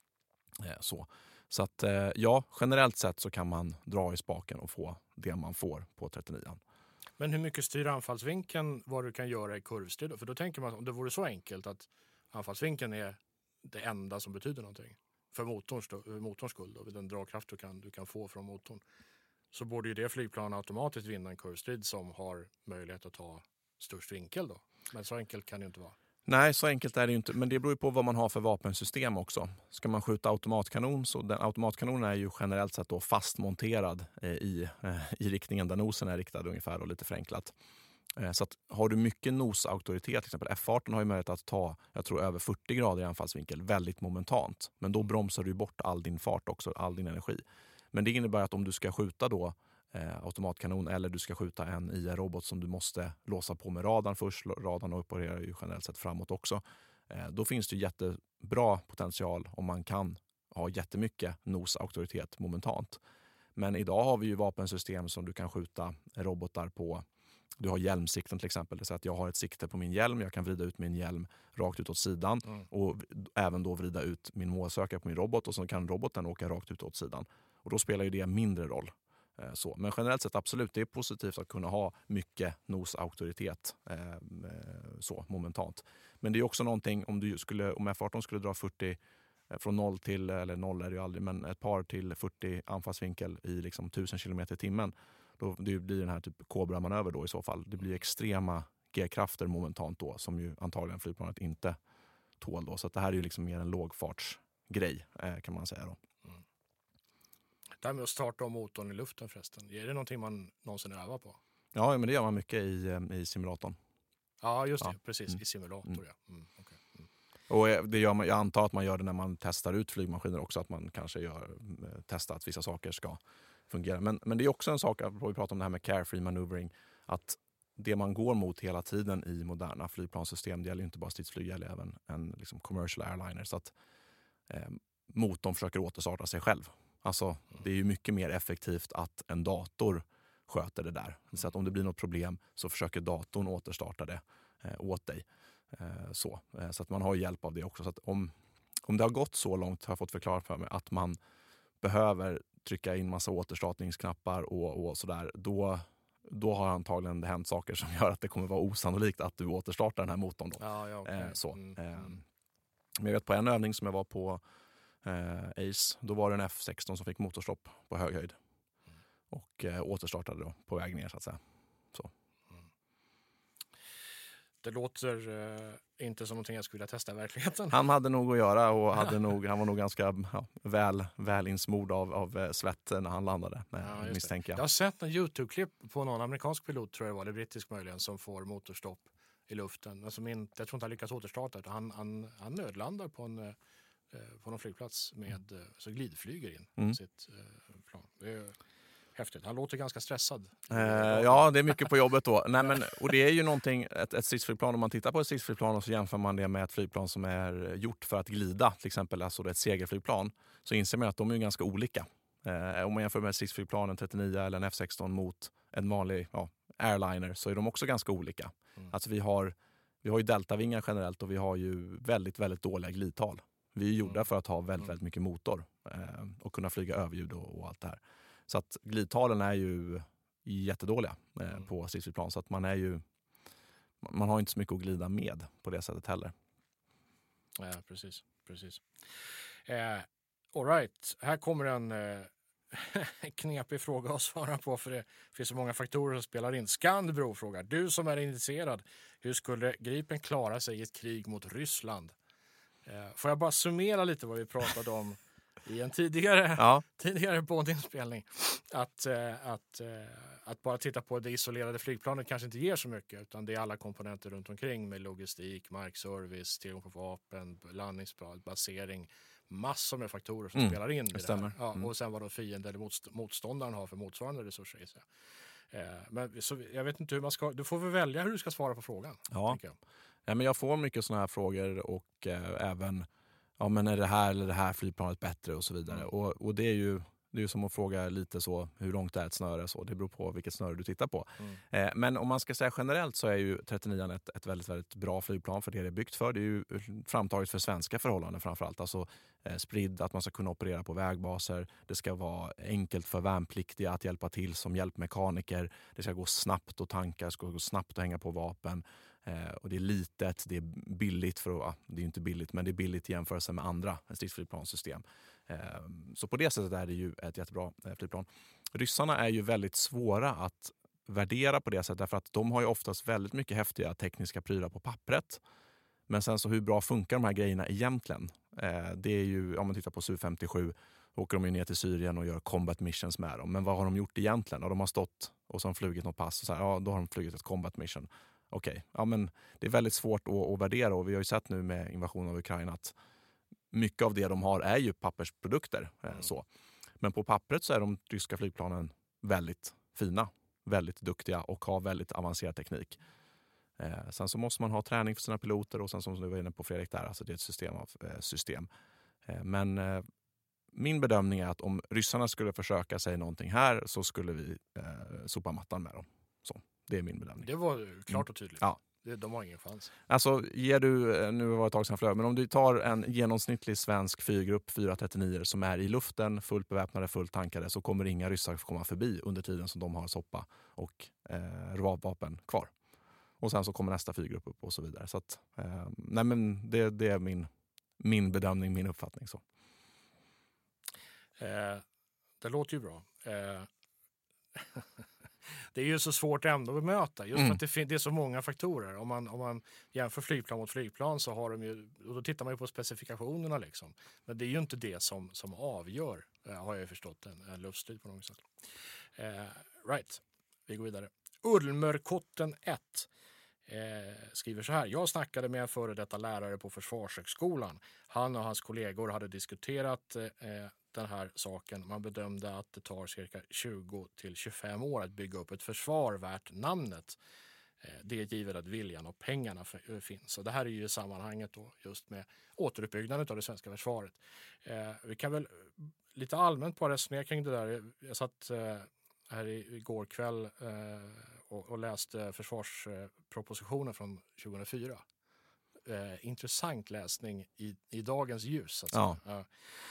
Så att ja, generellt sett så kan man dra i spaken och få det man får på 39. Men hur mycket styr anfallsvinkeln vad du kan göra i kurvstyr då? För då tänker man om det vore så enkelt att anfallsvinkeln är det enda som betyder någonting för motorns skull då, den dragkraft du kan få från motorn, så borde ju det flygplan automatiskt vinna en kurvstrid som har möjlighet att ta störst vinkel då. Men så enkelt kan det inte vara. Nej, så enkelt är det ju inte. Men det beror ju på vad man har för vapensystem också. Ska man skjuta automatkanon så den automatkanonen är ju generellt sett då fastmonterad i riktningen där nosen är riktad ungefär och lite förenklat. Så att har du mycket nosauktoritet, till exempel F-18 har ju möjlighet att ta, jag tror över 40 grader i anfallsvinkel väldigt momentant. Men då bromsar du bort all din fart också, all din energi. Men det innebär att om du ska skjuta då automatkanon eller du ska skjuta en IR-robot som du måste låsa på med radarn först. Radarn opererar ju generellt sett framåt också. Då finns det jättebra potential om man kan ha jättemycket nosauktoritet momentant. Men idag har vi ju vapensystem som du kan skjuta robotar på. Du har hjälmsikten till exempel. Det är så att jag har ett sikte på min hjälm. Jag kan vrida ut min hjälm rakt ut åt sidan. Och även då vrida ut min målsökare på min robot. Och så kan roboten åka rakt ut åt sidan. Och då spelar ju det mindre roll. Men generellt sett absolut, det är positivt att kunna ha mycket nosauktoritet momentant. Men det är också någonting om F-18 skulle dra 40 från 0 till, eller 0 är det ju aldrig, men ett par till 40 anfallsvinkel i liksom 1000 km i timmen. Då det blir den här typ Cobra-manöver då i så fall. Det blir extrema G-krafter momentant då som ju antagligen flygplanet inte tål då. Så att det här är ju liksom mer en lågfartsgrej kan man säga då. Det här med att starta om motorn i luften förresten. Är det någonting man någonsin övar på? Ja, men det gör man mycket i simulatorn. Ja, just det. Precis. I simulator, ja. Okay. Och det gör man, jag antar att man gör det när man testar ut flygmaskiner också. Att man kanske testar att vissa saker ska fungera. Men det är också en sak, vi pratar om det här med carefree maneuvering. Att det man går mot hela tiden i moderna flygplanssystem, det gäller ju inte bara stridsflyg, det gäller även en liksom commercial airliner. Så att motorn försöker återstarta sig själv. Alltså, det är ju mycket mer effektivt att en dator sköter det där. Så att om det blir något problem så försöker datorn återstarta det åt dig. Så att man har hjälp av det också. Så att om det har gått så långt, har jag fått förklarat för mig, att man behöver trycka in massa återstartningsknappar och sådär, då har antagligen det hänt saker som gör att det kommer vara osannolikt att du återstartar den här motorn då. Ja, okay. Men jag vet på en övning som jag var på Ace, då var det en F-16 som fick motorstopp på hög höjd och återstartade då på väg ner så att säga. Så. Det låter inte som någonting jag skulle vilja testa i verkligheten. Han hade nog att göra och han var nog ganska väl insmord av svett när han landade, misstänker jag. Jag har sett en YouTube-klipp på någon amerikansk pilot, tror jag var, eller brittisk möjligen, som får motorstopp i luften. Alltså jag tror inte han lyckas återstarta. Han nödlandar på någon flygplats med så glidflyger in sitt plan. Det är häftigt. Han låter ganska stressad. Ja, det är mycket på jobbet då. Och det är ju någonting, ett stridsflygplan, om man tittar på ett stridsflygplan och så jämför man det med ett flygplan som är gjort för att glida, till exempel alltså ett segelflygplan, så inser man att de är ganska olika. Om man jämför med ett stridsflygplan, en 39 eller en F-16 mot en vanlig airliner, så är de också ganska olika. Alltså vi har ju deltavingar generellt och vi har ju väldigt, väldigt dåliga glidtal. Vi är gjorda för att ha väldigt, väldigt mycket motor och kunna flyga överljud och allt det här. Så att glidtalen är ju jättedåliga på stridsflygplan. Så att man har inte så mycket att glida med på det sättet heller. Ja, precis. All right. Här kommer en knepig fråga att svara på, för det finns så många faktorer som spelar in. Skandbro frågar: du som är intresserad, hur skulle Gripen klara sig i ett krig mot Ryssland? Får jag bara summera lite vad vi pratade om i en tidigare poddinspelning. Att bara titta på det isolerade flygplanet kanske inte ger så mycket, utan det är alla komponenter runt omkring med logistik, markservice, tillgång på vapen, landningsplan, basering, massor med faktorer som spelar in i det här. Ja, och sen vad då fienden eller motståndaren har för motsvarande resurser i sig. Men så, jag vet inte hur man ska, du får väl välja hur du ska svara på frågan. Ja, men jag får mycket sådana här frågor och även men är det här eller det här flygplanet bättre och så vidare. Och det är ju Det är ju som att fråga lite så hur långt är ett snöre. Så det beror på vilket snöre du tittar på. Men om man ska säga generellt så är ju 39 ett väldigt, väldigt bra flygplan för det är byggt för. Det är ju framtaget för svenska förhållanden framförallt. Alltså spridd, att man ska kunna operera på vägbaser. Det ska vara enkelt för värnpliktiga att hjälpa till som hjälpmekaniker. Det ska gå snabbt att tanka, det ska gå snabbt att hänga på vapen. Och det är litet, det är billigt det är ju inte billigt, men det är billigt i jämförelse med andra stridsflygplanssystem. Så på det sättet är det ju ett jättebra flygplan. Ryssarna är ju väldigt svåra att värdera på det sättet därför att de har ju oftast väldigt mycket häftiga tekniska prylar på pappret. Men sen så hur bra funkar de här grejerna egentligen? Det är ju, om man tittar på Su-57 åker de ju ner till Syrien och gör combat missions med dem. Men vad har de gjort egentligen? Och de har stått och så har de flugit något pass och så här, då har de flugit ett combat mission. Okej, men det är väldigt svårt att värdera och vi har ju sett nu med invasionen av Ukraina att mycket av det de har är ju pappersprodukter. Så. Men på pappret så är de ryska flygplanen väldigt fina, väldigt duktiga och har väldigt avancerad teknik. Sen så måste man ha träning för sina piloter och sen som du var inne på Fredrik där, alltså det är ett system av system. Men min bedömning är att om ryssarna skulle försöka säga någonting här så skulle vi sopa mattan med dem. Så, det är min bedömning. Det var klart och tydligt. Ja. De har ingen chans. Alltså ger du, nu var det ett tag sedan flög, men om du tar en genomsnittlig svensk flyggrupp 439 som är i luften, fullt beväpnade, fullt tankade, så kommer inga ryssar komma förbi under tiden som de har soppa och vapen kvar. Och sen så kommer nästa flyggrupp upp och så vidare. Så att, nej men det är min bedömning, min uppfattning. Så. Det låter ju bra. Det är ju så svårt ändå att bemöta. Just för att det är så många faktorer. Om man jämför flygplan mot flygplan så har de ju, och då tittar man ju på specifikationerna liksom. Men det är ju inte det som avgör, har jag ju förstått, en luftstrid på något sätt. Right, vi går vidare. Ulmerkotten 1 skriver så här. Jag snackade med en före detta lärare på Försvarshögskolan. Han och hans kollegor hade diskuterat den här saken. Man bedömde att det tar cirka 20-25 år att bygga upp ett försvar värt namnet. Det är givet att viljan och pengarna finns. Och det här är ju i sammanhanget då just med återuppbyggnaden av det svenska försvaret. Vi kan väl lite allmänt bara resonera kring det där. Jag satt här igår kväll och läste försvarspropositionen från 2004. Intressant läsning i dagens ljus. Alltså. Ja.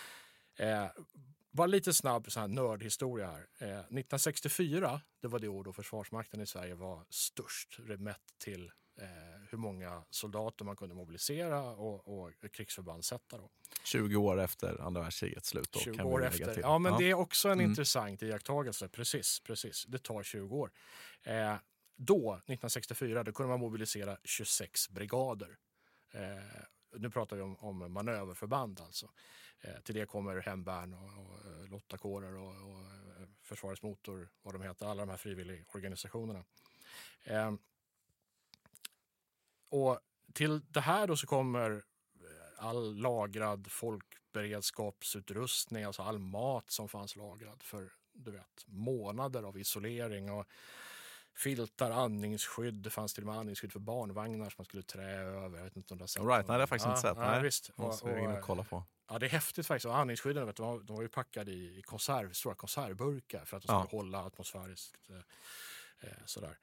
Bara lite snabb så här nördhistoria här. 1964, det var det år då Försvarsmakten i Sverige var störst, mätt till hur många soldater man kunde mobilisera och krigsförband sätta då. 20 år efter andra världskrigets slut. Då 20 kan år efter. Ja, men det är också en intressant iakttagelse. Precis. Det tar 20 år. Då, 1964, då kunde man mobilisera 26 brigader. Nu pratar vi om manöverförband alltså. Till det kommer hemvärn och lottakårer och Försvarets motor, vad de heter, alla de här frivilligorganisationerna. Och till det här då så kommer all lagrad folkberedskapsutrustning, alltså all mat som fanns lagrad för månader av isolering och filtar, andningsskydd. Det fanns till och med andningsskydd för barnvagnar som man skulle trä över. Jag vet inte om det har sett. Right, nej, det har jag faktiskt inte sett. Nej, visst. Måste jag in och kolla på. Ja, det är häftigt faktiskt. Och andningsskydden, de var ju packade i stora konservburkar för att de skulle hålla atmosfäriskt sådär.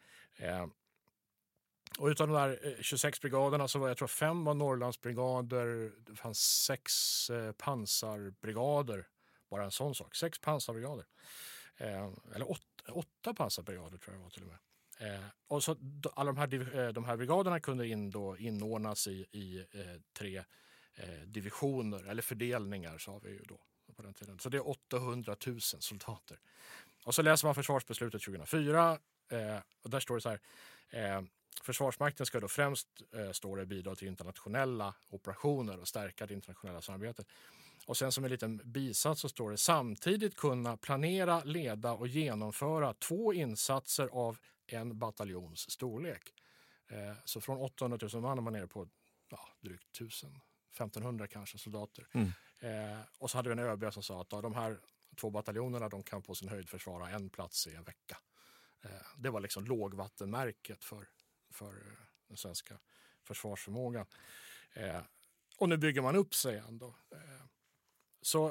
Och utav de där 26 brigaderna så var jag tror 5 var Norrlandsbrigader. Det fanns 6 pansarbrigader. Bara en sån sak. 6 pansarbrigader. Eller 8 pansarbrigader tror jag var till och med. Och så alla de här brigaderna kunde inordnas i 3 divisioner eller fördelningar sa vi ju då på den tiden. Så det är 800 000 soldater. Och så läser man försvarsbeslutet 2004 och där står det så här: Försvarsmakten ska då främst bidra till internationella operationer och stärka det internationella samarbetet. Och sen som en liten bisats så står det samtidigt kunna planera, leda och genomföra 2 insatser av en bataljons storlek. Så från 800 000 man är man nere på drygt 1500 kanske soldater. Och så hade vi en ÖB som sa att de här 2 bataljonerna de kan på sin höjd försvara en plats i en vecka. Det var liksom lågvattenmärket för den svenska försvarsförmågan. Och nu bygger man upp sig igen då. Så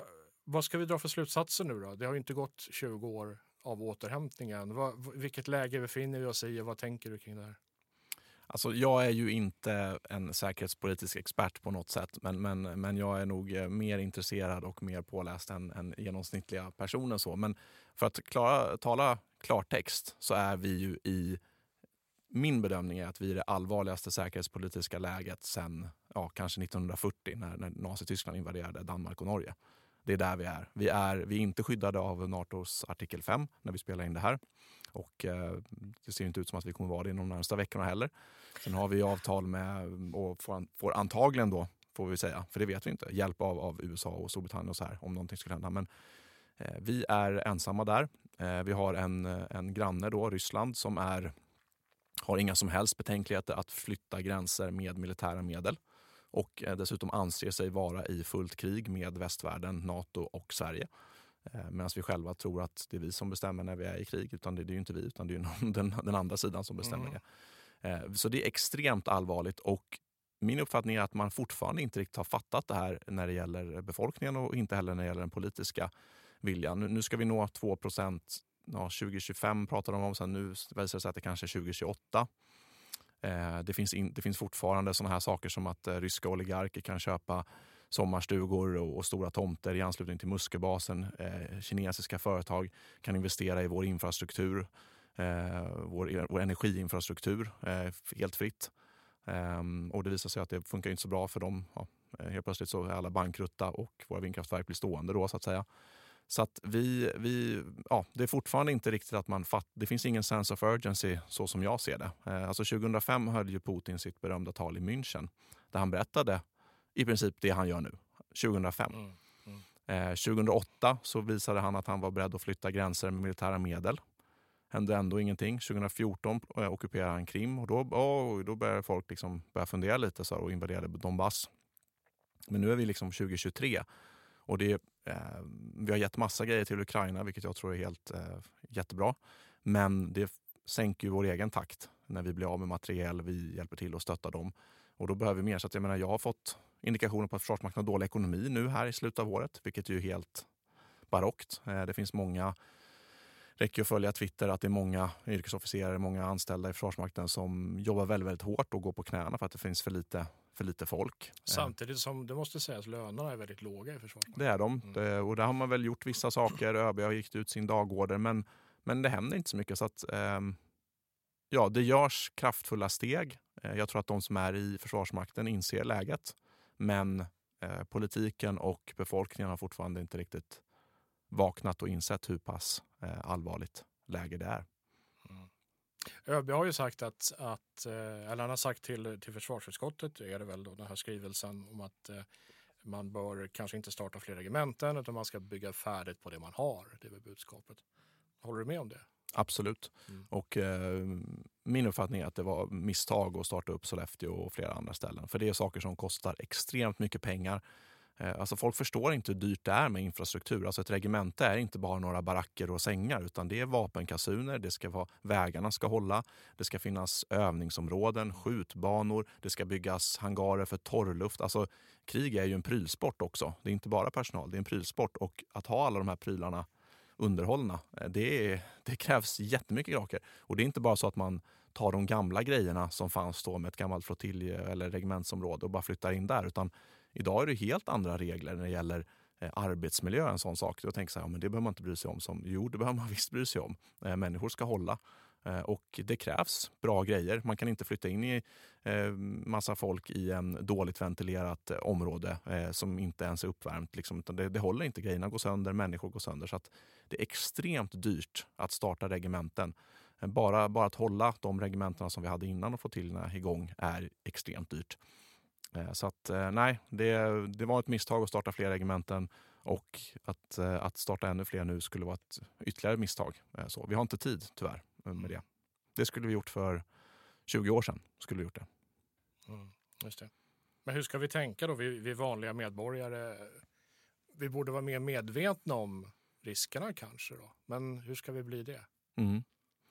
Vad ska vi dra för slutsatser nu då? Det har ju inte gått 20 år av återhämtningen. Vilket läge befinner vi oss i och vad tänker du kring det här? Alltså, jag är ju inte en säkerhetspolitisk expert på något sätt, men jag är nog mer intresserad och mer påläst än genomsnittliga personer. Så. Men för att tala klartext så är vi ju min bedömning är att vi är det allvarligaste säkerhetspolitiska läget sedan kanske 1940 när Nazityskland invaderade Danmark och Norge. Det är där vi är. Vi är inte skyddade av NATOs artikel 5 när vi spelar in det här. Och det ser inte ut som att vi kommer vara det inom de närmaste veckorna heller. Sen har vi avtal med och får antagligen då, får vi säga, för det vet vi inte, hjälp av USA och Storbritannien och så här om någonting skulle hända. Men vi är ensamma där. Vi har en granne då, Ryssland, som har inga som helst betänkligheter att flytta gränser med militära medel. Och dessutom anser sig vara i fullt krig med västvärlden, NATO och Sverige. Medan vi själva tror att det är vi som bestämmer när vi är i krig. Utan det är ju inte vi, utan det är ju den andra sidan som bestämmer det. Så det är extremt allvarligt. Och min uppfattning är att man fortfarande inte riktigt har fattat det här när det gäller befolkningen och inte heller när det gäller den politiska viljan. Nu ska vi nå 2%. 2025 pratar de om, sen nu visar det sig att det kanske är 2028. Det finns fortfarande såna här saker som att ryska oligarker kan köpa sommarstugor och stora tomter i anslutning till Musköbasen. Kinesiska företag kan investera i vår infrastruktur, vår energiinfrastruktur helt fritt. Och det visar sig att det funkar inte så bra för dem. Helt plötsligt så är alla bankrutta och våra vindkraftverk blir stående då, så att säga. Så att det är fortfarande inte riktigt att det finns ingen sense of urgency så som jag ser det. Alltså 2005 höll ju Putin sitt berömda tal i München där han berättade i princip det han gör nu, 2005. 2008 så visade han att han var beredd att flytta gränser med militära medel. Hände ändå ingenting. 2014 ockuperade han Krim och då började folk liksom börja fundera lite så och invaderade Donbass. Men nu är vi liksom 2023 och vi har gett massa grejer till Ukraina, vilket jag tror är helt jättebra. Men det sänker ju vår egen takt när vi blir av med materiel, vi hjälper till att stötta dem. Och då behöver vi mer. Så att jag har fått indikationer på att Försvarsmakten har dålig ekonomi nu här i slutet av året, vilket är ju helt barockt. Det finns räcker att följa Twitter att det är många yrkesofficerare, många anställda i Försvarsmakten som jobbar väldigt, väldigt hårt och går på knäna för att det finns för lite folk. Samtidigt som det måste sägas lönerna är väldigt låga i Försvarsmakten. Det är de. Och där har man väl gjort vissa saker. ÖB har gick ut sin dagorder, men det händer inte så mycket. Så att, det görs kraftfulla steg. Jag tror att de som är i Försvarsmakten inser läget. Men politiken och befolkningen har fortfarande inte riktigt vaknat och insett hur pass allvarligt läge det är. ÖB har ju sagt eller han har sagt till försvarsutskottet, är det väl då den här skrivelsen om att man bör kanske inte starta fler regementen utan man ska bygga färdigt på det man har. Det är väl budskapet. Håller du med om det? Absolut. Och min uppfattning är att det var misstag att starta upp Sollefteå och flera andra ställen. För det är saker som kostar extremt mycket pengar. Alltså folk förstår inte hur dyrt det är med infrastruktur. Alltså ett regemente är inte bara några baracker och sängar utan det är vapenkassuner, det ska vara, vägarna ska hålla, det ska finnas övningsområden, skjutbanor, det ska byggas hangarer för torrluft. Alltså krig är ju en prylsport också. Det är inte bara personal, det är en prylsport och att ha alla de här prylarna underhållna, det krävs jättemycket saker. Och det är inte bara så att man tar de gamla grejerna som fanns då med ett gammalt flottilj eller regementsområde och bara flyttar in där, utan idag är det helt andra regler när det gäller arbetsmiljö, en sån sak. Jag tänker så här, men det behöver man inte bry sig om. Jo, det behöver man visst bry sig om. Människor ska hålla. Och det krävs bra grejer. Man kan inte flytta in i massa folk i en dåligt ventilerat område som inte ens är uppvärmt. Liksom. Utan det håller inte, grejerna går sönder, människor går sönder. Så att det är extremt dyrt att starta regementen. Bara att hålla de regementerna som vi hade innan och få till igång är extremt dyrt. Så att nej, det var ett misstag att starta fler regementen och att starta ännu fler nu skulle vara ett ytterligare misstag. Så vi har inte tid tyvärr med det. Det skulle vi gjort för 20 år sedan. Skulle vi gjort det. Just det. Men hur ska vi tänka då? Vi vanliga medborgare, vi borde vara mer medvetna om riskerna kanske då. Men hur ska vi bli det?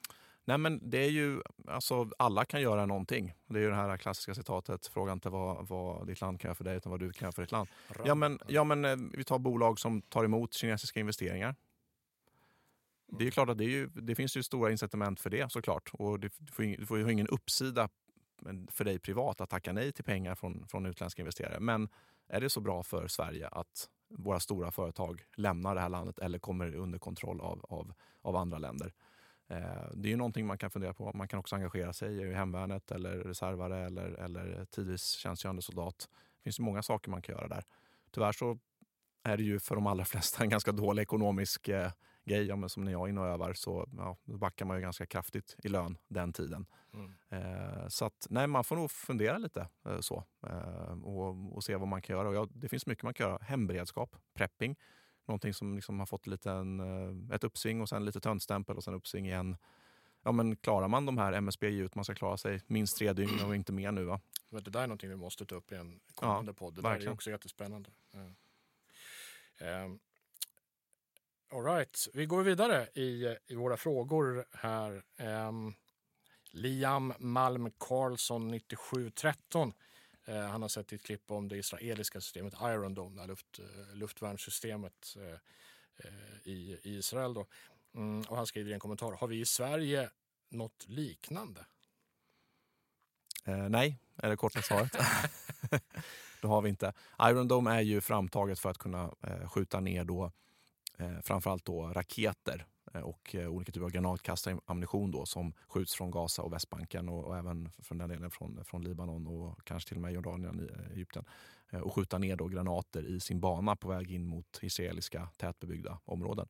Nej, men det är ju, alltså alla kan göra någonting. Det är ju det här klassiska citatet, fråga inte vad ditt land kan göra för dig utan vad du kan göra för ditt land. Ja men vi tar bolag som tar emot kinesiska investeringar. Det är ju klart att det finns ju stora incitament för det såklart. Och du får ju ingen uppsida för dig privat att tacka nej till pengar från utländska investerare. Men är det så bra för Sverige att våra stora företag lämnar det här landet eller kommer under kontroll av andra länder? Det är ju någonting man kan fundera på. Man kan också engagera sig i hemvärnet eller reservare eller tidvis tjänstgörande soldat. Det finns ju många saker man kan göra där. Tyvärr så är det ju för de allra flesta en ganska dålig ekonomisk grej. Ja, men som när jag är inne och övar så då backar man ju ganska kraftigt i lön den tiden. Så att nej, man får nog fundera lite och se vad man kan göra. Och det finns mycket man kan göra. Hemberedskap, prepping. Någonting som liksom har fått ett uppsving och sen lite töntstämpel och sen uppsving igen. Ja, men klarar man de här MSB ut, man ska klara sig minst 3 dygn och inte mer nu, va? Men det där är någonting vi måste ta upp i en kommande podd. Det där är också jättespännande. All right, vi går vidare i våra frågor här. Liam Malm Karlsson 9713. Han har sett ett klipp om det israeliska systemet Iron Dome, luftvärnssystemet i Israel då. Och han skriver i en kommentar: har vi i Sverige något liknande? Nej, är det korta svaret. Det har vi inte. Iron Dome är ju framtaget för att kunna skjuta ner då framförallt då raketer och olika typer av granatkastarammunition då som skjuts från Gaza och Västbanken och även från den delen från Libanon och kanske till och med Jordanien i Egypten och skjuta ner då granater i sin bana på väg in mot israeliska tätbebyggda områden.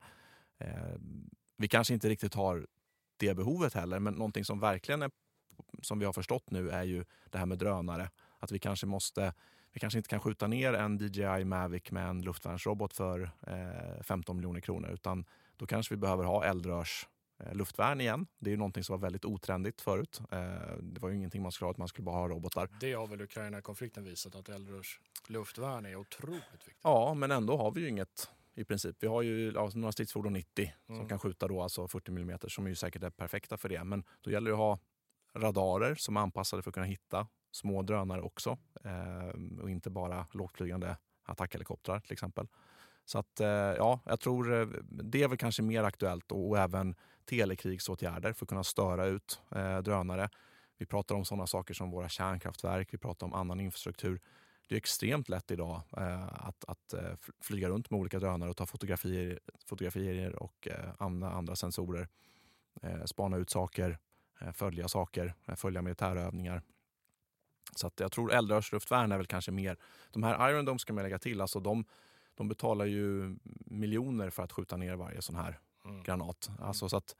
Vi kanske inte riktigt har det behovet heller, men någonting som verkligen är, som vi har förstått nu, är ju det här med drönare. Att vi kanske inte kan skjuta ner en DJI Mavic med en luftvärnsrobot för 15 miljoner kronor, utan då kanske vi behöver ha eldrörs luftvärn igen. Det är ju någonting som var väldigt otrendigt förut. Det var ju ingenting man skulle ha, att man skulle bara ha robotar. Det har väl Ukraina-konflikten visat, att eldrörs luftvärn är otroligt viktigt. Ja, men ändå har vi ju inget i princip. Vi har ju några stridsfordon 90 som kan skjuta då alltså 40 mm, som är ju säkert är perfekta för det. Men då gäller det att ha radarer som är anpassade för att kunna hitta små drönare också. Och inte bara lågflygande attackhelikoptrar till exempel. Så att jag tror det är väl kanske mer aktuellt, och även telekrigsåtgärder för att kunna störa ut drönare. Vi pratar om sådana saker som våra kärnkraftverk, vi pratar om annan infrastruktur. Det är extremt lätt idag att flyga runt med olika drönare och ta fotografier och andra sensorer. Spana ut saker, följa saker, följa militärövningar. Så att jag tror eldrörsluftvärn är väl kanske mer. De här Iron Dome ska man lägga till. Alltså de betalar ju miljoner för att skjuta ner varje sån här granat. Alltså så att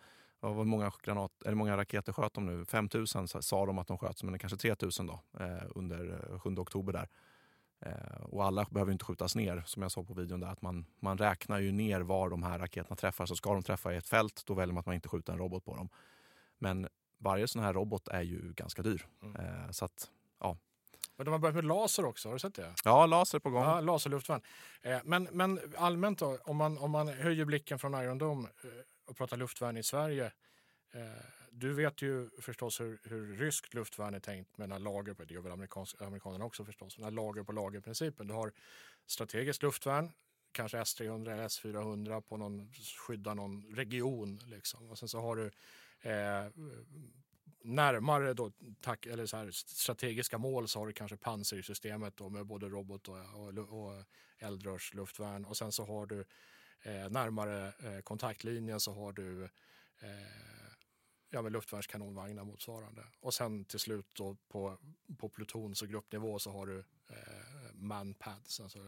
många raketer sköt de nu? 5000 sa de att de sköt, men det kanske 3000 då under 7 oktober där. Och alla behöver inte skjutas ner, som jag sa på videon där, att man räknar ju ner var de här raketerna träffar. Så ska de träffa i ett fält, då väljer man att man inte skjuter en robot på dem. Men varje sån här robot är ju ganska dyr. Så att, ja. Men de har börjat med laser också, har du sett det? Ja, laser på gång. Ja, laserluftvärn. Men allmänt då, om man höjer blicken från Iron Dome och pratar luftvärn i Sverige. Du vet ju förstås hur ryskt luftvärn är tänkt med lager på det. Det gör väl amerikanerna också förstås. Den här lager på lager-principen. Du har strategiskt luftvärn, kanske S-300 eller S-400 på skydda någon region liksom. Och sen så har du närmare då eller så här strategiska mål, så har du kanske pansarsystemet då med både robot och eldrörsluftvärn, och sen så har du närmare kontaktlinjen så har du med luftvärnskanonvagnar motsvarande, och sen till slut då på plutons- och gruppnivå så har du manpads, alltså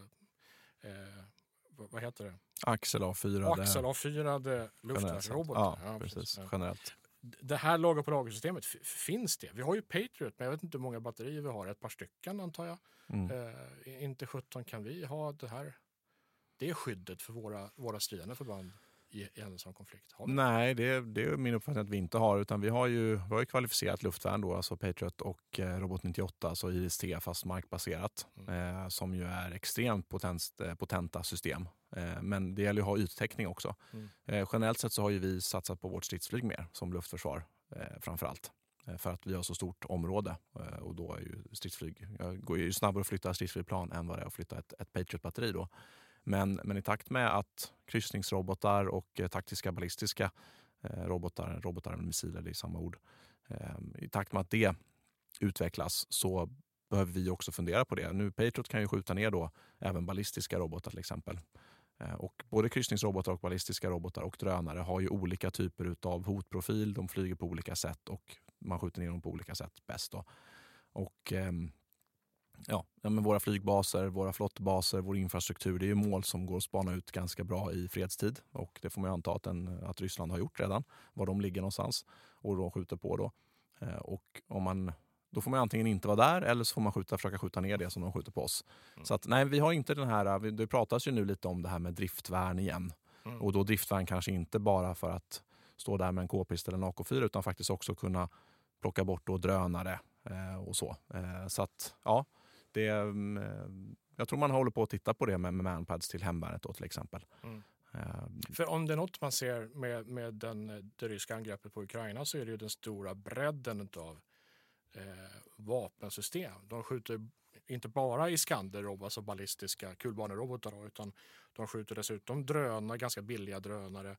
vad heter det? Axel A4 luftvärnsrobotar. Ja, precis. Generellt. Det här lager på lagersystemet, finns det? Vi har ju Patriot, men jag vet inte hur många batterier vi har. Ett par stycken antar jag. Inte 17 kan vi ha det här. Det är skyddet för våra stridande förband i händelse av konflikt. Nej, det är min uppfattning att vi inte har. Utan vi har ju kvalificerat luftvärn då, alltså Patriot och Robot 98, alltså IRIS-T fast markbaserat. Som ju är extremt potenta system. Men det gäller ju att ha yttäckning också. Generellt sett så har ju vi satsat på vårt stridsflyg mer som luftförsvar. framförallt. För att vi har så stort område och då är ju stridsflyg, jag går ju snabbare att flytta stridsflygplan än vad det är att flytta ett Patriot-batteri då. Men i takt med att kryssningsrobotar och taktiska ballistiska robotar med missiler, det är samma ord. I takt med att det utvecklas så behöver vi också fundera på det. Nu Patriot kan ju skjuta ner då även ballistiska robotar till exempel. Och både kryssningsrobotar och ballistiska robotar och drönare har ju olika typer av hotprofil. De flyger på olika sätt och man skjuter ner dem på olika sätt bäst då. Och men våra flygbaser, våra flottbaser, vår infrastruktur, det är ju mål som går att spana ut ganska bra i fredstid. Och det får man ju anta att Ryssland har gjort redan, var de ligger någonstans och de skjuter på då. Och då får man antingen inte vara där eller så får man försöka skjuta ner det som de skjuter på oss. Så att nej, vi har inte den här, det pratas ju nu lite om det här med driftvärn igen. Och då driftvärn kanske inte bara för att stå där med en K-pist eller en AK4 utan faktiskt också kunna plocka bort då drönare och så. Så att ja, jag tror man håller på att titta på det med manpads till hemvärnet då till exempel. För om det är något man ser med det ryska angreppet på Ukraina så är det ju den stora bredden av vapensystem. De skjuter inte bara Iskander, alltså ballistiska kulbanerobotar då, utan de skjuter dessutom drönare, ganska billiga drönare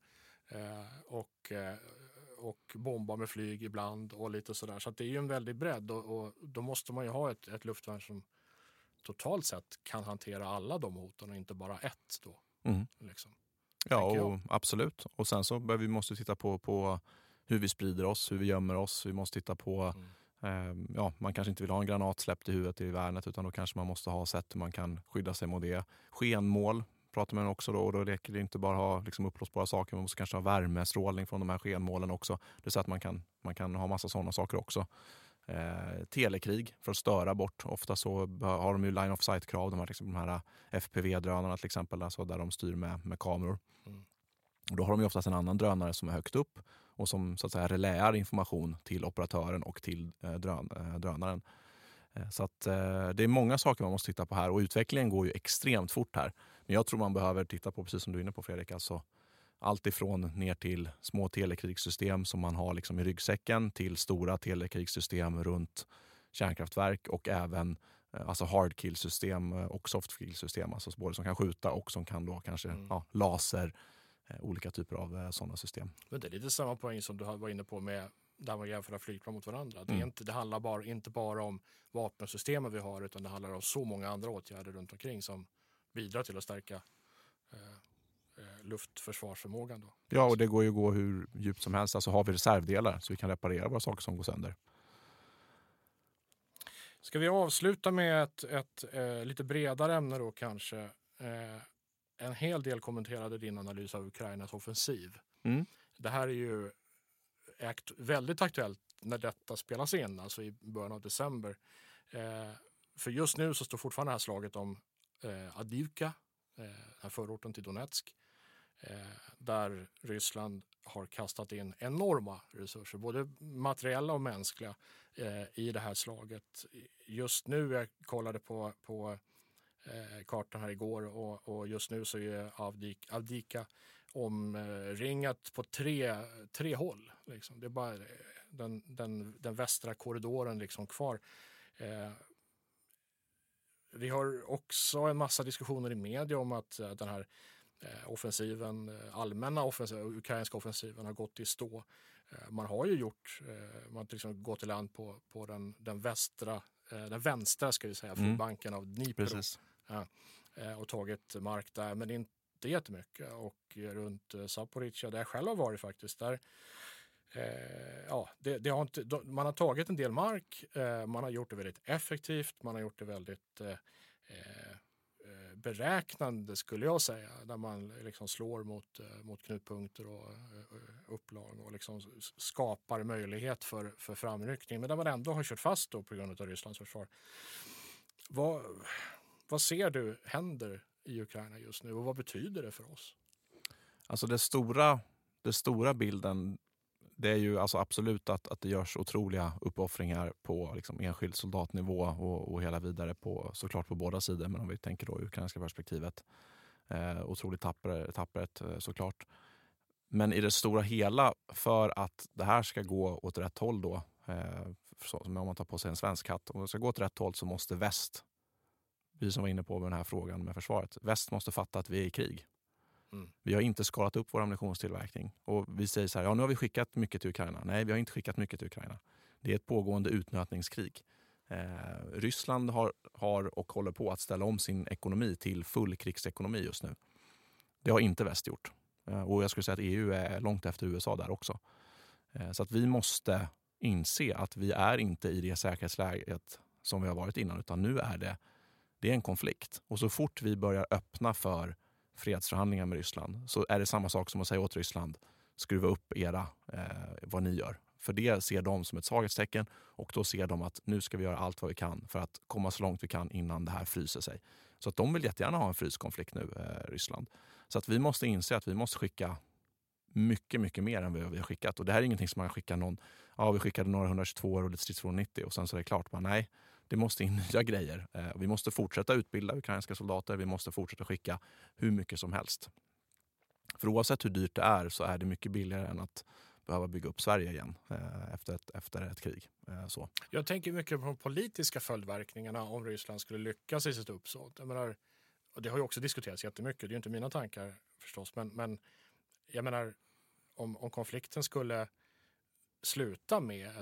och bombar med flyg ibland och lite sådär. Så att det är ju en väldig bredd och då måste man ju ha ett luftvärn som totalt sett kan hantera alla de hoten och inte bara ett då. Liksom. Ja, absolut. Och sen så måste vi titta på hur vi sprider oss, hur vi gömmer oss. Vi måste titta på man kanske inte vill ha en granat släppt i huvudet i värnet utan då kanske man måste ha sätt hur man kan skydda sig mot det. Skenmål pratar man också då och då räcker det inte bara ha liksom uppblåsbara saker, man måste kanske ha värmestrålning från de här skenmålen också. Det är så att man kan ha massa sådana saker också. Telekrig för att störa bort. Ofta så har de ju line of sight-krav, de här FPV-drönarna till exempel, alltså där de styr med kameror. Och då har de ju oftast en annan drönare som är högt upp och som så att säga reläar information till operatören och till drönaren. Så att det är många saker man måste titta på här och utvecklingen går ju extremt fort här. Men jag tror man behöver titta på, precis som du är inne på Fredrik, alltså allt ifrån ner till små telekrigssystem som man har liksom i ryggsäcken till stora telekrigssystem runt kärnkraftverk och även alltså hardkill-system och softkill-system, alltså både som kan skjuta och som kan då kanske laser, olika typer av sådana system. Men det är lite samma poäng som du var inne på med där man jämför flygplan mot varandra. Det handlar inte bara om vapensystemen vi har utan det handlar om så många andra åtgärder runt omkring som bidrar till att stärka luftförsvarsförmågan då. Ja, och det går ju att gå hur djupt som helst. Alltså har vi reservdelar så vi kan reparera våra saker som går sönder. Ska vi avsluta med ett lite bredare ämne då kanske. En hel del kommenterade din analys av Ukrainas offensiv. Det här är ju väldigt aktuellt när detta spelas in, alltså i början av december. För just nu så står fortfarande det här slaget om Avdiivka, den här förorten till Donetsk, där Ryssland har kastat in enorma resurser, både materiella och mänskliga, i det här slaget. Just nu, jag kollade på kartan här igår och just nu så är Avdiivka omringat på tre håll. Liksom. Det är bara den västra korridoren liksom kvar. Vi har också en massa diskussioner i media om att den här ukrainska offensiven har gått i stå. Man har ju man har liksom gått i land på den vänstra ska vi säga, flygbanken av Dnipro. Och tagit mark där, men inte jättemycket. Och runt Zaporizjzja, där jag själv har varit faktiskt, där man har tagit en del mark, man har gjort det väldigt effektivt, man har gjort det väldigt beräknande skulle jag säga, där man liksom slår mot knutpunkter och upplag och liksom skapar möjlighet för framryckning, men där man ändå har kört fast då på grund av Rysslands försvar. Vad ser du händer i Ukraina just nu och vad betyder det för oss? Alltså det stora bilden, det är ju alltså absolut att det görs otroliga uppoffringar på liksom enskild soldatnivå och hela vidare på, såklart på båda sidor, men om vi tänker då ur ukrainska perspektivet, otroligt tappert såklart. Men i det stora hela, för att det här ska gå åt rätt håll då, som om man tar på sig en svensk hatt, om det ska gå åt rätt håll så måste väst, vi som var inne på med den här frågan med försvaret, väst måste fatta att vi är i krig. Vi har inte skalat upp vår ammunitionstillverkning. Och vi säger så här, nu har vi skickat mycket till Ukraina. Nej, vi har inte skickat mycket till Ukraina. Det är ett pågående utnötningskrig. Ryssland har och håller på att ställa om sin ekonomi till full krigsekonomi just nu. Det har inte väst gjort. Och jag skulle säga att EU är långt efter USA där också. Så att vi måste inse att vi är inte i det säkerhetsläget som vi har varit innan, utan nu är det är en konflikt. Och så fort vi börjar öppna för fredsförhandlingar med Ryssland så är det samma sak som att säga åt Ryssland, skruva upp vad ni gör. För det ser de som ett svaghetstecken, och då ser de att nu ska vi göra allt vad vi kan för att komma så långt vi kan innan det här fryser sig. Så att de vill jättegärna ha en fryskonflikt nu, Ryssland. Så att vi måste inse att vi måste skicka mycket, mycket mer än vi har skickat. Och det här är ingenting som man skickar vi skickade några 122 och lite stridsfordon 90 och sen så är det klart. Men nej, det måste in nya grejer. Vi måste fortsätta utbilda ukrainska soldater. Vi måste fortsätta skicka hur mycket som helst. För oavsett hur dyrt det är så är det mycket billigare än att behöva bygga upp Sverige igen efter ett krig. Så. Jag tänker mycket på de politiska följdverkningarna om Ryssland skulle lyckas i sitt uppsåt. Jag menar, och det har ju också diskuterats jättemycket. Det är ju inte mina tankar förstås. Men jag menar, om konflikten skulle sluta med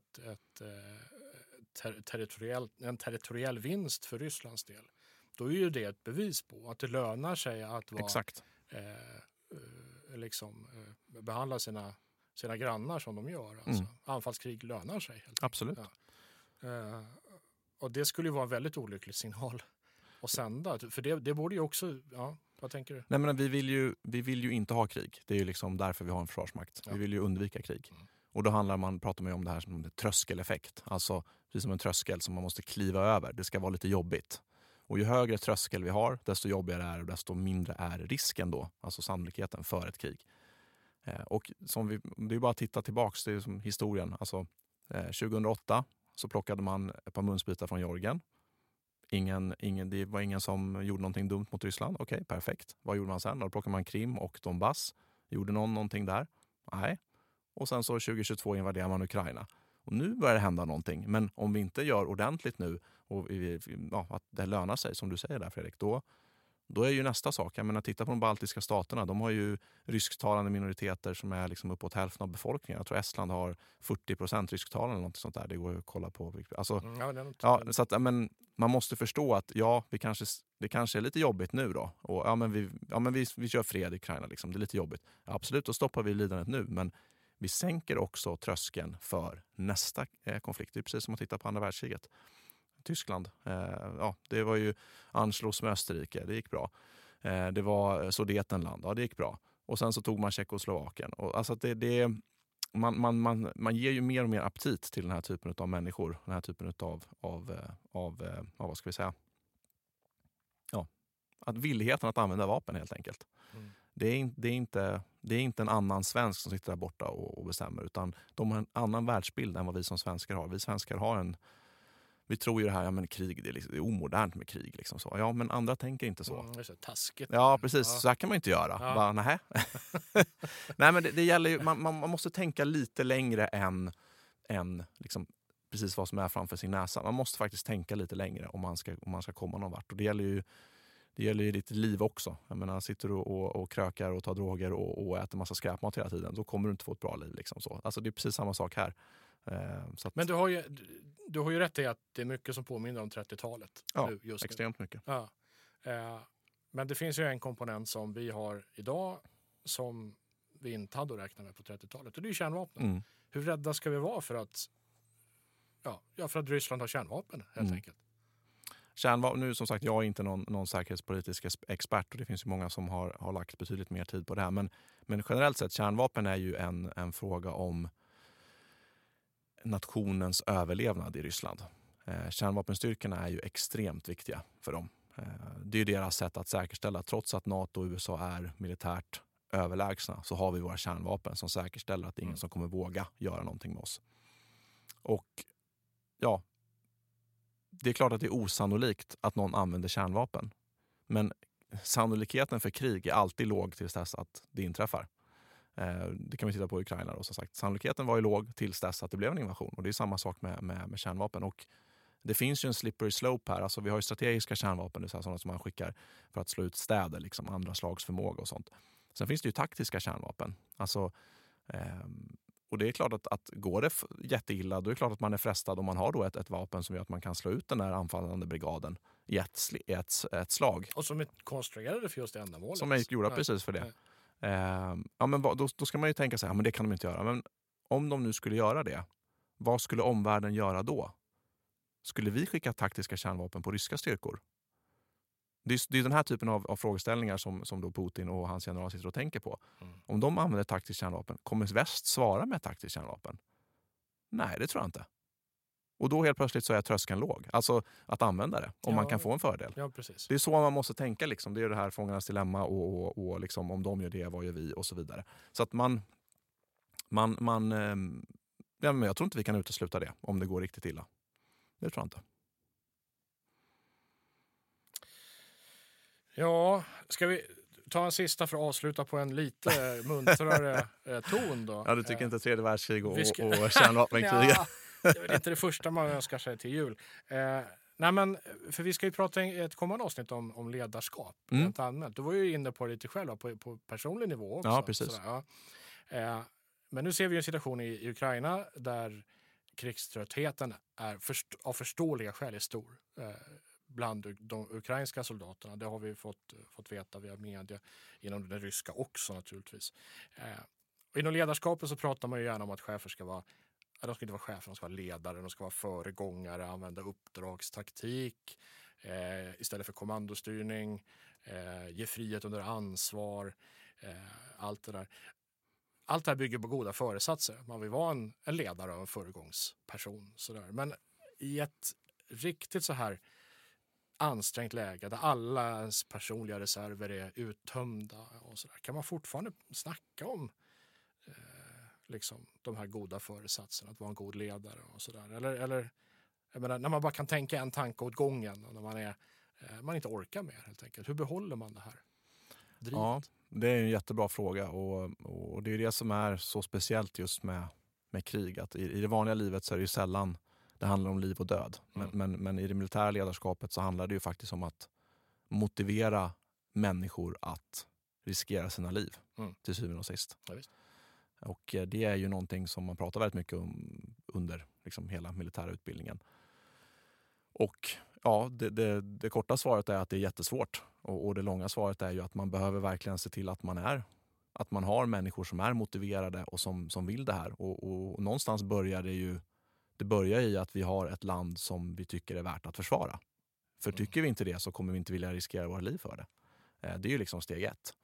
en territoriell vinst för Rysslands del, då är ju det ett bevis på att det lönar sig att behandla sina grannar som de gör. Alltså. Anfallskrig lönar sig. Absolut. Ja. Och det skulle ju vara en väldigt olycklig signal att sända. För det borde ju också... Ja, vad tänker du? Nej, men vi vill ju inte ha krig. Det är ju liksom därför vi har en försvarsmakt. Ja. Vi vill ju undvika krig. Och då pratar man ju om det här som en tröskeleffekt. Alltså precis som en tröskel som man måste kliva över. Det ska vara lite jobbigt. Och ju högre tröskel vi har, desto jobbigare är det och desto mindre är risken då. Alltså sannolikheten för ett krig. Och det är bara att titta tillbaks, det är som historien. Alltså 2008 så plockade man ett par munsbitar från Georgien. Det var ingen som gjorde någonting dumt mot Ryssland. Okej, perfekt. Vad gjorde man sen? Då plockade man Krim och Donbass. Gjorde någonting där? Nej. Och sen så 2022 invaderar man Ukraina. Och nu börjar det hända någonting. Men om vi inte gör ordentligt nu och att det lönar sig, som du säger där Fredrik, då är ju nästa sak. Jag menar, titta på de baltiska staterna. De har ju rysktalande minoriteter som är liksom uppåt hälften av befolkningen. Jag tror Estland har 40% rysktalande eller något sånt där. Det går att kolla på. Alltså, så att, men man måste förstå att det kanske är lite jobbigt nu då. Och vi kör fred i Ukraina liksom. Det är lite jobbigt. Ja, absolut, då stoppar vi lidandet nu. Men vi sänker också tröskeln för nästa konflikt. Det är precis som att titta på andra världskriget. Tyskland. Det var ju Anschluss med Österrike. Det gick bra. Det var Sudetenland. Ja, det gick bra. Och sen så tog man Tjeckoslovakien. Och alltså att man ger ju mer och mer aptit till den här typen av människor. Den här typen av vad ska vi säga? Ja, att villigheten att använda vapen helt enkelt. Det är inte en annan svensk som sitter där borta och bestämmer, utan de har en annan världsbild än vad vi som svenskar har. Vi svenskar har vi tror ju det här, krig, det är omodernt med krig. Liksom så. Ja, men andra tänker inte så. Det är så taskigt. Ja, precis. Ja. Så här kan man inte göra. Ja. Nej, men det gäller ju, man måste tänka lite längre än liksom, precis vad som är framför sin näsa. Man måste faktiskt tänka lite längre om man ska komma någon vart. Och det gäller ju ditt liv också. Jag menar, sitter du och krökar och tar droger och äter massa skräpmat hela tiden, då kommer du inte få ett bra liv. Liksom så. Alltså, det är precis samma sak här. Men du har ju rätt i att det är mycket som påminner om 30-talet. Ja, extremt mycket. Ja. Men det finns ju en komponent som vi har idag som vi inte hade att räkna med på 30-talet. Och det är ju kärnvapen. Hur rädda ska vi vara för att Ryssland har kärnvapen helt enkelt? Kärnvapen, nu som sagt, jag är inte någon säkerhetspolitisk expert och det finns ju många som har lagt betydligt mer tid på det här. Men generellt sett, kärnvapen är ju en fråga om nationens överlevnad i Ryssland. Kärnvapenstyrkorna är ju extremt viktiga för dem. Det är ju deras sätt att säkerställa, trots att NATO och USA är militärt överlägsna, så har vi våra kärnvapen som säkerställer att det är ingen som kommer våga göra någonting med oss. Och ja, det är klart att det är osannolikt att någon använder kärnvapen. Men sannolikheten för krig är alltid låg tills dess att det inträffar. Det kan vi titta på Ukraina då, som sagt. Sannolikheten var ju låg tills dess att det blev en invasion. Och det är samma sak med kärnvapen. Och det finns ju en slippery slope här. Alltså vi har ju strategiska kärnvapen, det är sådana som man skickar för att slå ut städer, liksom andra slags förmåga och sånt. Sen finns det ju taktiska kärnvapen. Alltså, och det är klart att går det jätteilla, då är det klart att man är frestad om man har då ett vapen som gör att man kan slå ut den där anfallande brigaden i ett slag. Och som är konstruerade för just det ändamålet. Som är gjorda precis för det. Ja, men då ska man ju tänka sig, ja, men det kan de inte göra. Men om de nu skulle göra det, vad skulle omvärlden göra då? Skulle vi skicka taktiska kärnvapen på ryska styrkor? Det är den här typen av frågeställningar som då Putin och hans general sitter och tänker på. Om de använder taktiskt kärnvapen, kommer väst svara med taktiskt kärnvapen? Nej, det tror jag inte. Och då helt plötsligt så är tröskeln låg. Alltså att använda det, om man kan få en fördel. Ja, precis. Det är så man måste tänka. Liksom. Det är det här fångarnas dilemma och liksom, om de gör det, vad gör vi? Och så vidare. Så att ja, men jag tror inte vi kan utesluta det om det går riktigt illa. Det tror jag inte. Ja, ska vi ta en sista för att avsluta på en lite muntrare ton då? Ja, du tycker inte tredje världskrig och kärnvapenkrig? Ja, det är inte det första man önskar sig till jul. Nej, men för vi ska ju prata i ett kommande avsnitt om ledarskap. Du var ju inne på det lite själv på personlig nivå också. Ja, precis. Sådär, ja. Men nu ser vi en situation i Ukraina där krigströttheten är av förståeliga skäl är stor bland de ukrainska soldaterna. Det har vi fått veta via media, inom den ryska också naturligtvis. Och inom ledarskapet så pratar man ju gärna om att chefer ska vara, de ska inte vara chefer, de ska vara ledare, de ska vara föregångare, använda uppdragstaktik istället för kommandostyrning, ge frihet under ansvar, allt det där. Allt det här bygger på goda föresatser. Man vill vara en ledare och en föregångsperson. Sådär. Men i ett riktigt så här ansträngt läge där alla ens personliga reserver är uttömda och sådär, kan man fortfarande snacka om liksom de här goda föresatserna, att vara en god ledare och sådär. Eller jag menar, när man bara kan tänka en tanke åt gången och när man inte orkar mer helt enkelt. Hur behåller man det här drivet? Ja, det är en jättebra fråga och det är det som är så speciellt just med krig. Att i det vanliga livet så är det ju sällan det handlar om liv och död. Men i det militära ledarskapet så handlar det ju faktiskt om att motivera människor att riskera sina liv till syvende och sist. Ja, visst. Och det är ju någonting som man pratar väldigt mycket om under liksom hela militära utbildningen. Och ja, det korta svaret är att det är jättesvårt. Och det långa svaret är ju att man behöver verkligen se till att man har människor som är motiverade och som vill det här. Och någonstans börjar det börjar i att vi har ett land som vi tycker är värt att försvara. För tycker vi inte det så kommer vi inte vilja riskera våra liv för det. Det är ju liksom steg 1.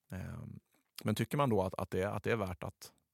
Men tycker man då att det är värt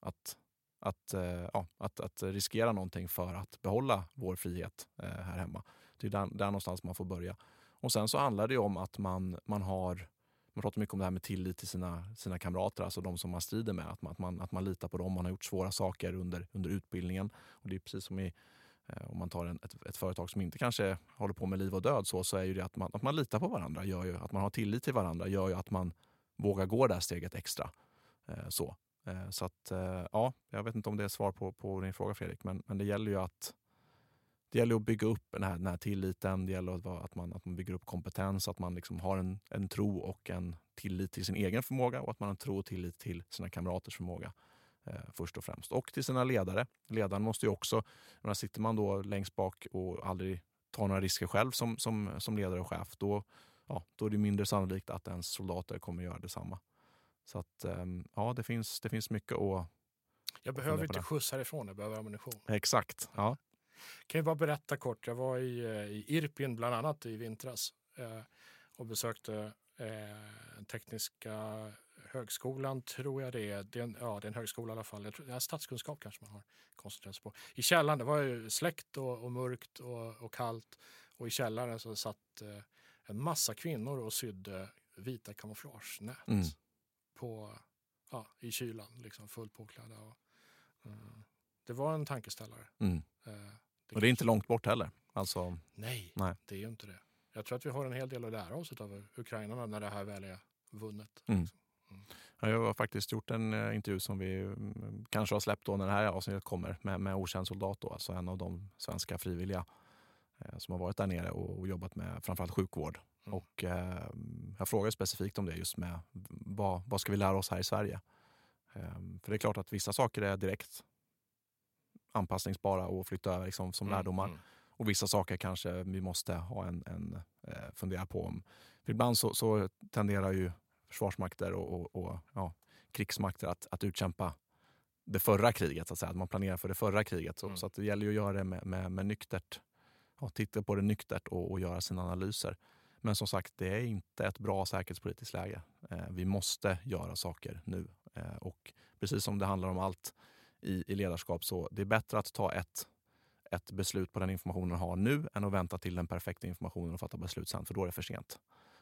att riskera någonting för att behålla vår frihet här hemma. Det är där någonstans man får börja. Och sen så handlar det ju om att man pratar mycket om det här med tillit till sina kamrater, alltså de som man strider med, att man litar på dem. Man har gjort svåra saker under utbildningen. Och det är precis som om man tar ett företag som inte kanske håller på med liv och död så är ju det att man litar på varandra, gör ju att man har tillit till varandra, gör ju att man vågar gå det här steget extra. Så att ja, jag vet inte om det är svar på din fråga, Fredrik, men det gäller ju att bygga upp den här tilliten. Det gäller att man bygger upp kompetens, att man liksom har en tro och en tillit till sin egen förmåga och att man har en tro och tillit till sina kamraters förmåga först och främst. Och till sina ledare. Ledaren måste ju också, när sitter man då längst bak och aldrig tar några risker själv som ledare och chef, då är det mindre sannolikt att ens soldater kommer göra detsamma. Så att ja, det finns mycket att... Jag behöver inte skjuts härifrån, jag behöver ammunition. Exakt, ja. Kan jag bara berätta kort, jag var i Irpin bland annat i vintras och besökte tekniska högskolan, tror jag det är. Det är en högskola i alla fall. Statskunskap kanske man har koncentrerat sig på. I källaren, det var ju släckt och mörkt och kallt. Och i källaren så satt en massa kvinnor och sydde vita kamouflagenät i kylan, liksom fullt påklädda. Det var en tankeställare. Och det är inte långt bort heller. Alltså, nej, det är ju inte det. Jag tror att vi har en hel del att lära oss av ukrainarna när det här väl är vunnet. Jag har faktiskt gjort en intervju som vi kanske har släppt då när det här avsnittet kommer med Okänd soldat då, alltså en av de svenska frivilliga som har varit där nere och jobbat med framförallt sjukvård. Och jag frågar specifikt om det just med vad ska vi lära oss här i Sverige? För det är klart att vissa saker är direkt anpassningsbara och flytta över liksom, som lärdomar. Och vissa saker kanske vi måste ha en fundera på om. För ibland så tenderar ju försvarsmakter och krigsmakter att utkämpa det förra kriget, så att säga. Att man planerar för det förra kriget. Så att det gäller ju att göra det med nyktert. Titta på det nyktert och göra sina analyser. Men som sagt, det är inte ett bra säkerhetspolitiskt läge. Vi måste göra saker nu. Och precis som det handlar om allt i ledarskap, så det är bättre att ta ett beslut på den informationen man har nu än att vänta till den perfekta informationen och fatta beslut sen, för då är det för sent.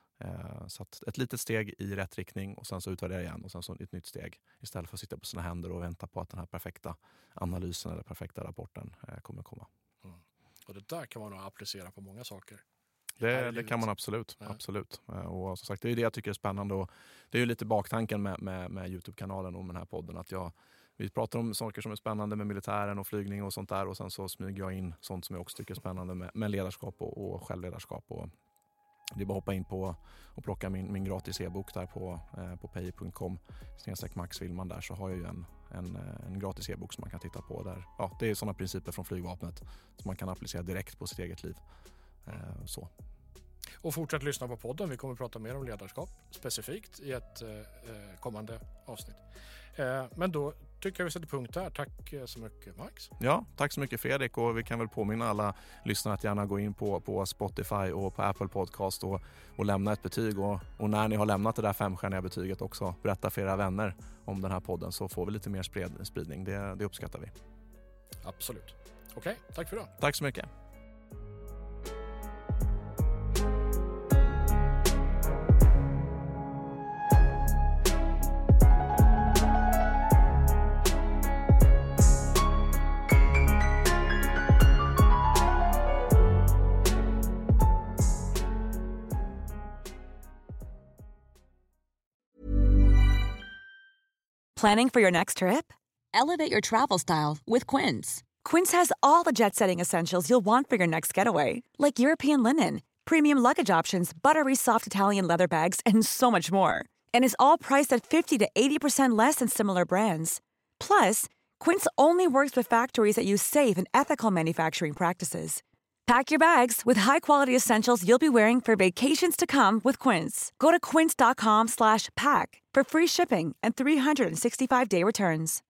Så att ett litet steg i rätt riktning och sen så utvärdera igen och sen så ett nytt steg istället för att sitta på sina händer och vänta på att den här perfekta analysen eller perfekta rapporten kommer komma. Och det där kan man nog applicera på många saker. Det kan man absolut. Ja. Absolut. Och som sagt, det är det jag tycker är spännande. Och det är ju lite baktanken med YouTube-kanalen och med den här podden. Att vi pratar om saker som är spännande med militären och flygning och sånt där. Och sen så smyger jag in sånt som jag också tycker är spännande med ledarskap och självledarskap. Och det är bara att hoppa in på och plocka min gratis e-bok där på pay.com/Max Willman där, så har jag ju en gratis e-bok som man kan titta på där. Ja, det är sådana principer från flygvapnet som man kan applicera direkt på sitt eget liv. Så. Och fortsätt lyssna på podden. Vi kommer att prata mer om ledarskap specifikt i ett kommande avsnitt. Men då tycker jag vi sätter punkt där. Tack så mycket, Max. Ja, tack så mycket Fredrik, och vi kan väl påminna alla lyssnare att gärna gå in på Spotify och på Apple Podcast och lämna ett betyg, och när ni har lämnat det där 5-stjärniga betyget också berätta för era vänner om den här podden, så får vi lite mer spridning. Det uppskattar vi. Absolut. Okej, tack för idag. Tack så mycket. Planning for your next trip? Elevate your travel style with Quince. Quince has all the jet-setting essentials you'll want for your next getaway, like European linen, premium luggage options, buttery soft Italian leather bags, and so much more. And is all priced at 50 to 80% less than similar brands. Plus, Quince only works with factories that use safe and ethical manufacturing practices. Pack your bags with high-quality essentials you'll be wearing for vacations to come with Quince. Go to quince.com/pack for free shipping and 365-day returns.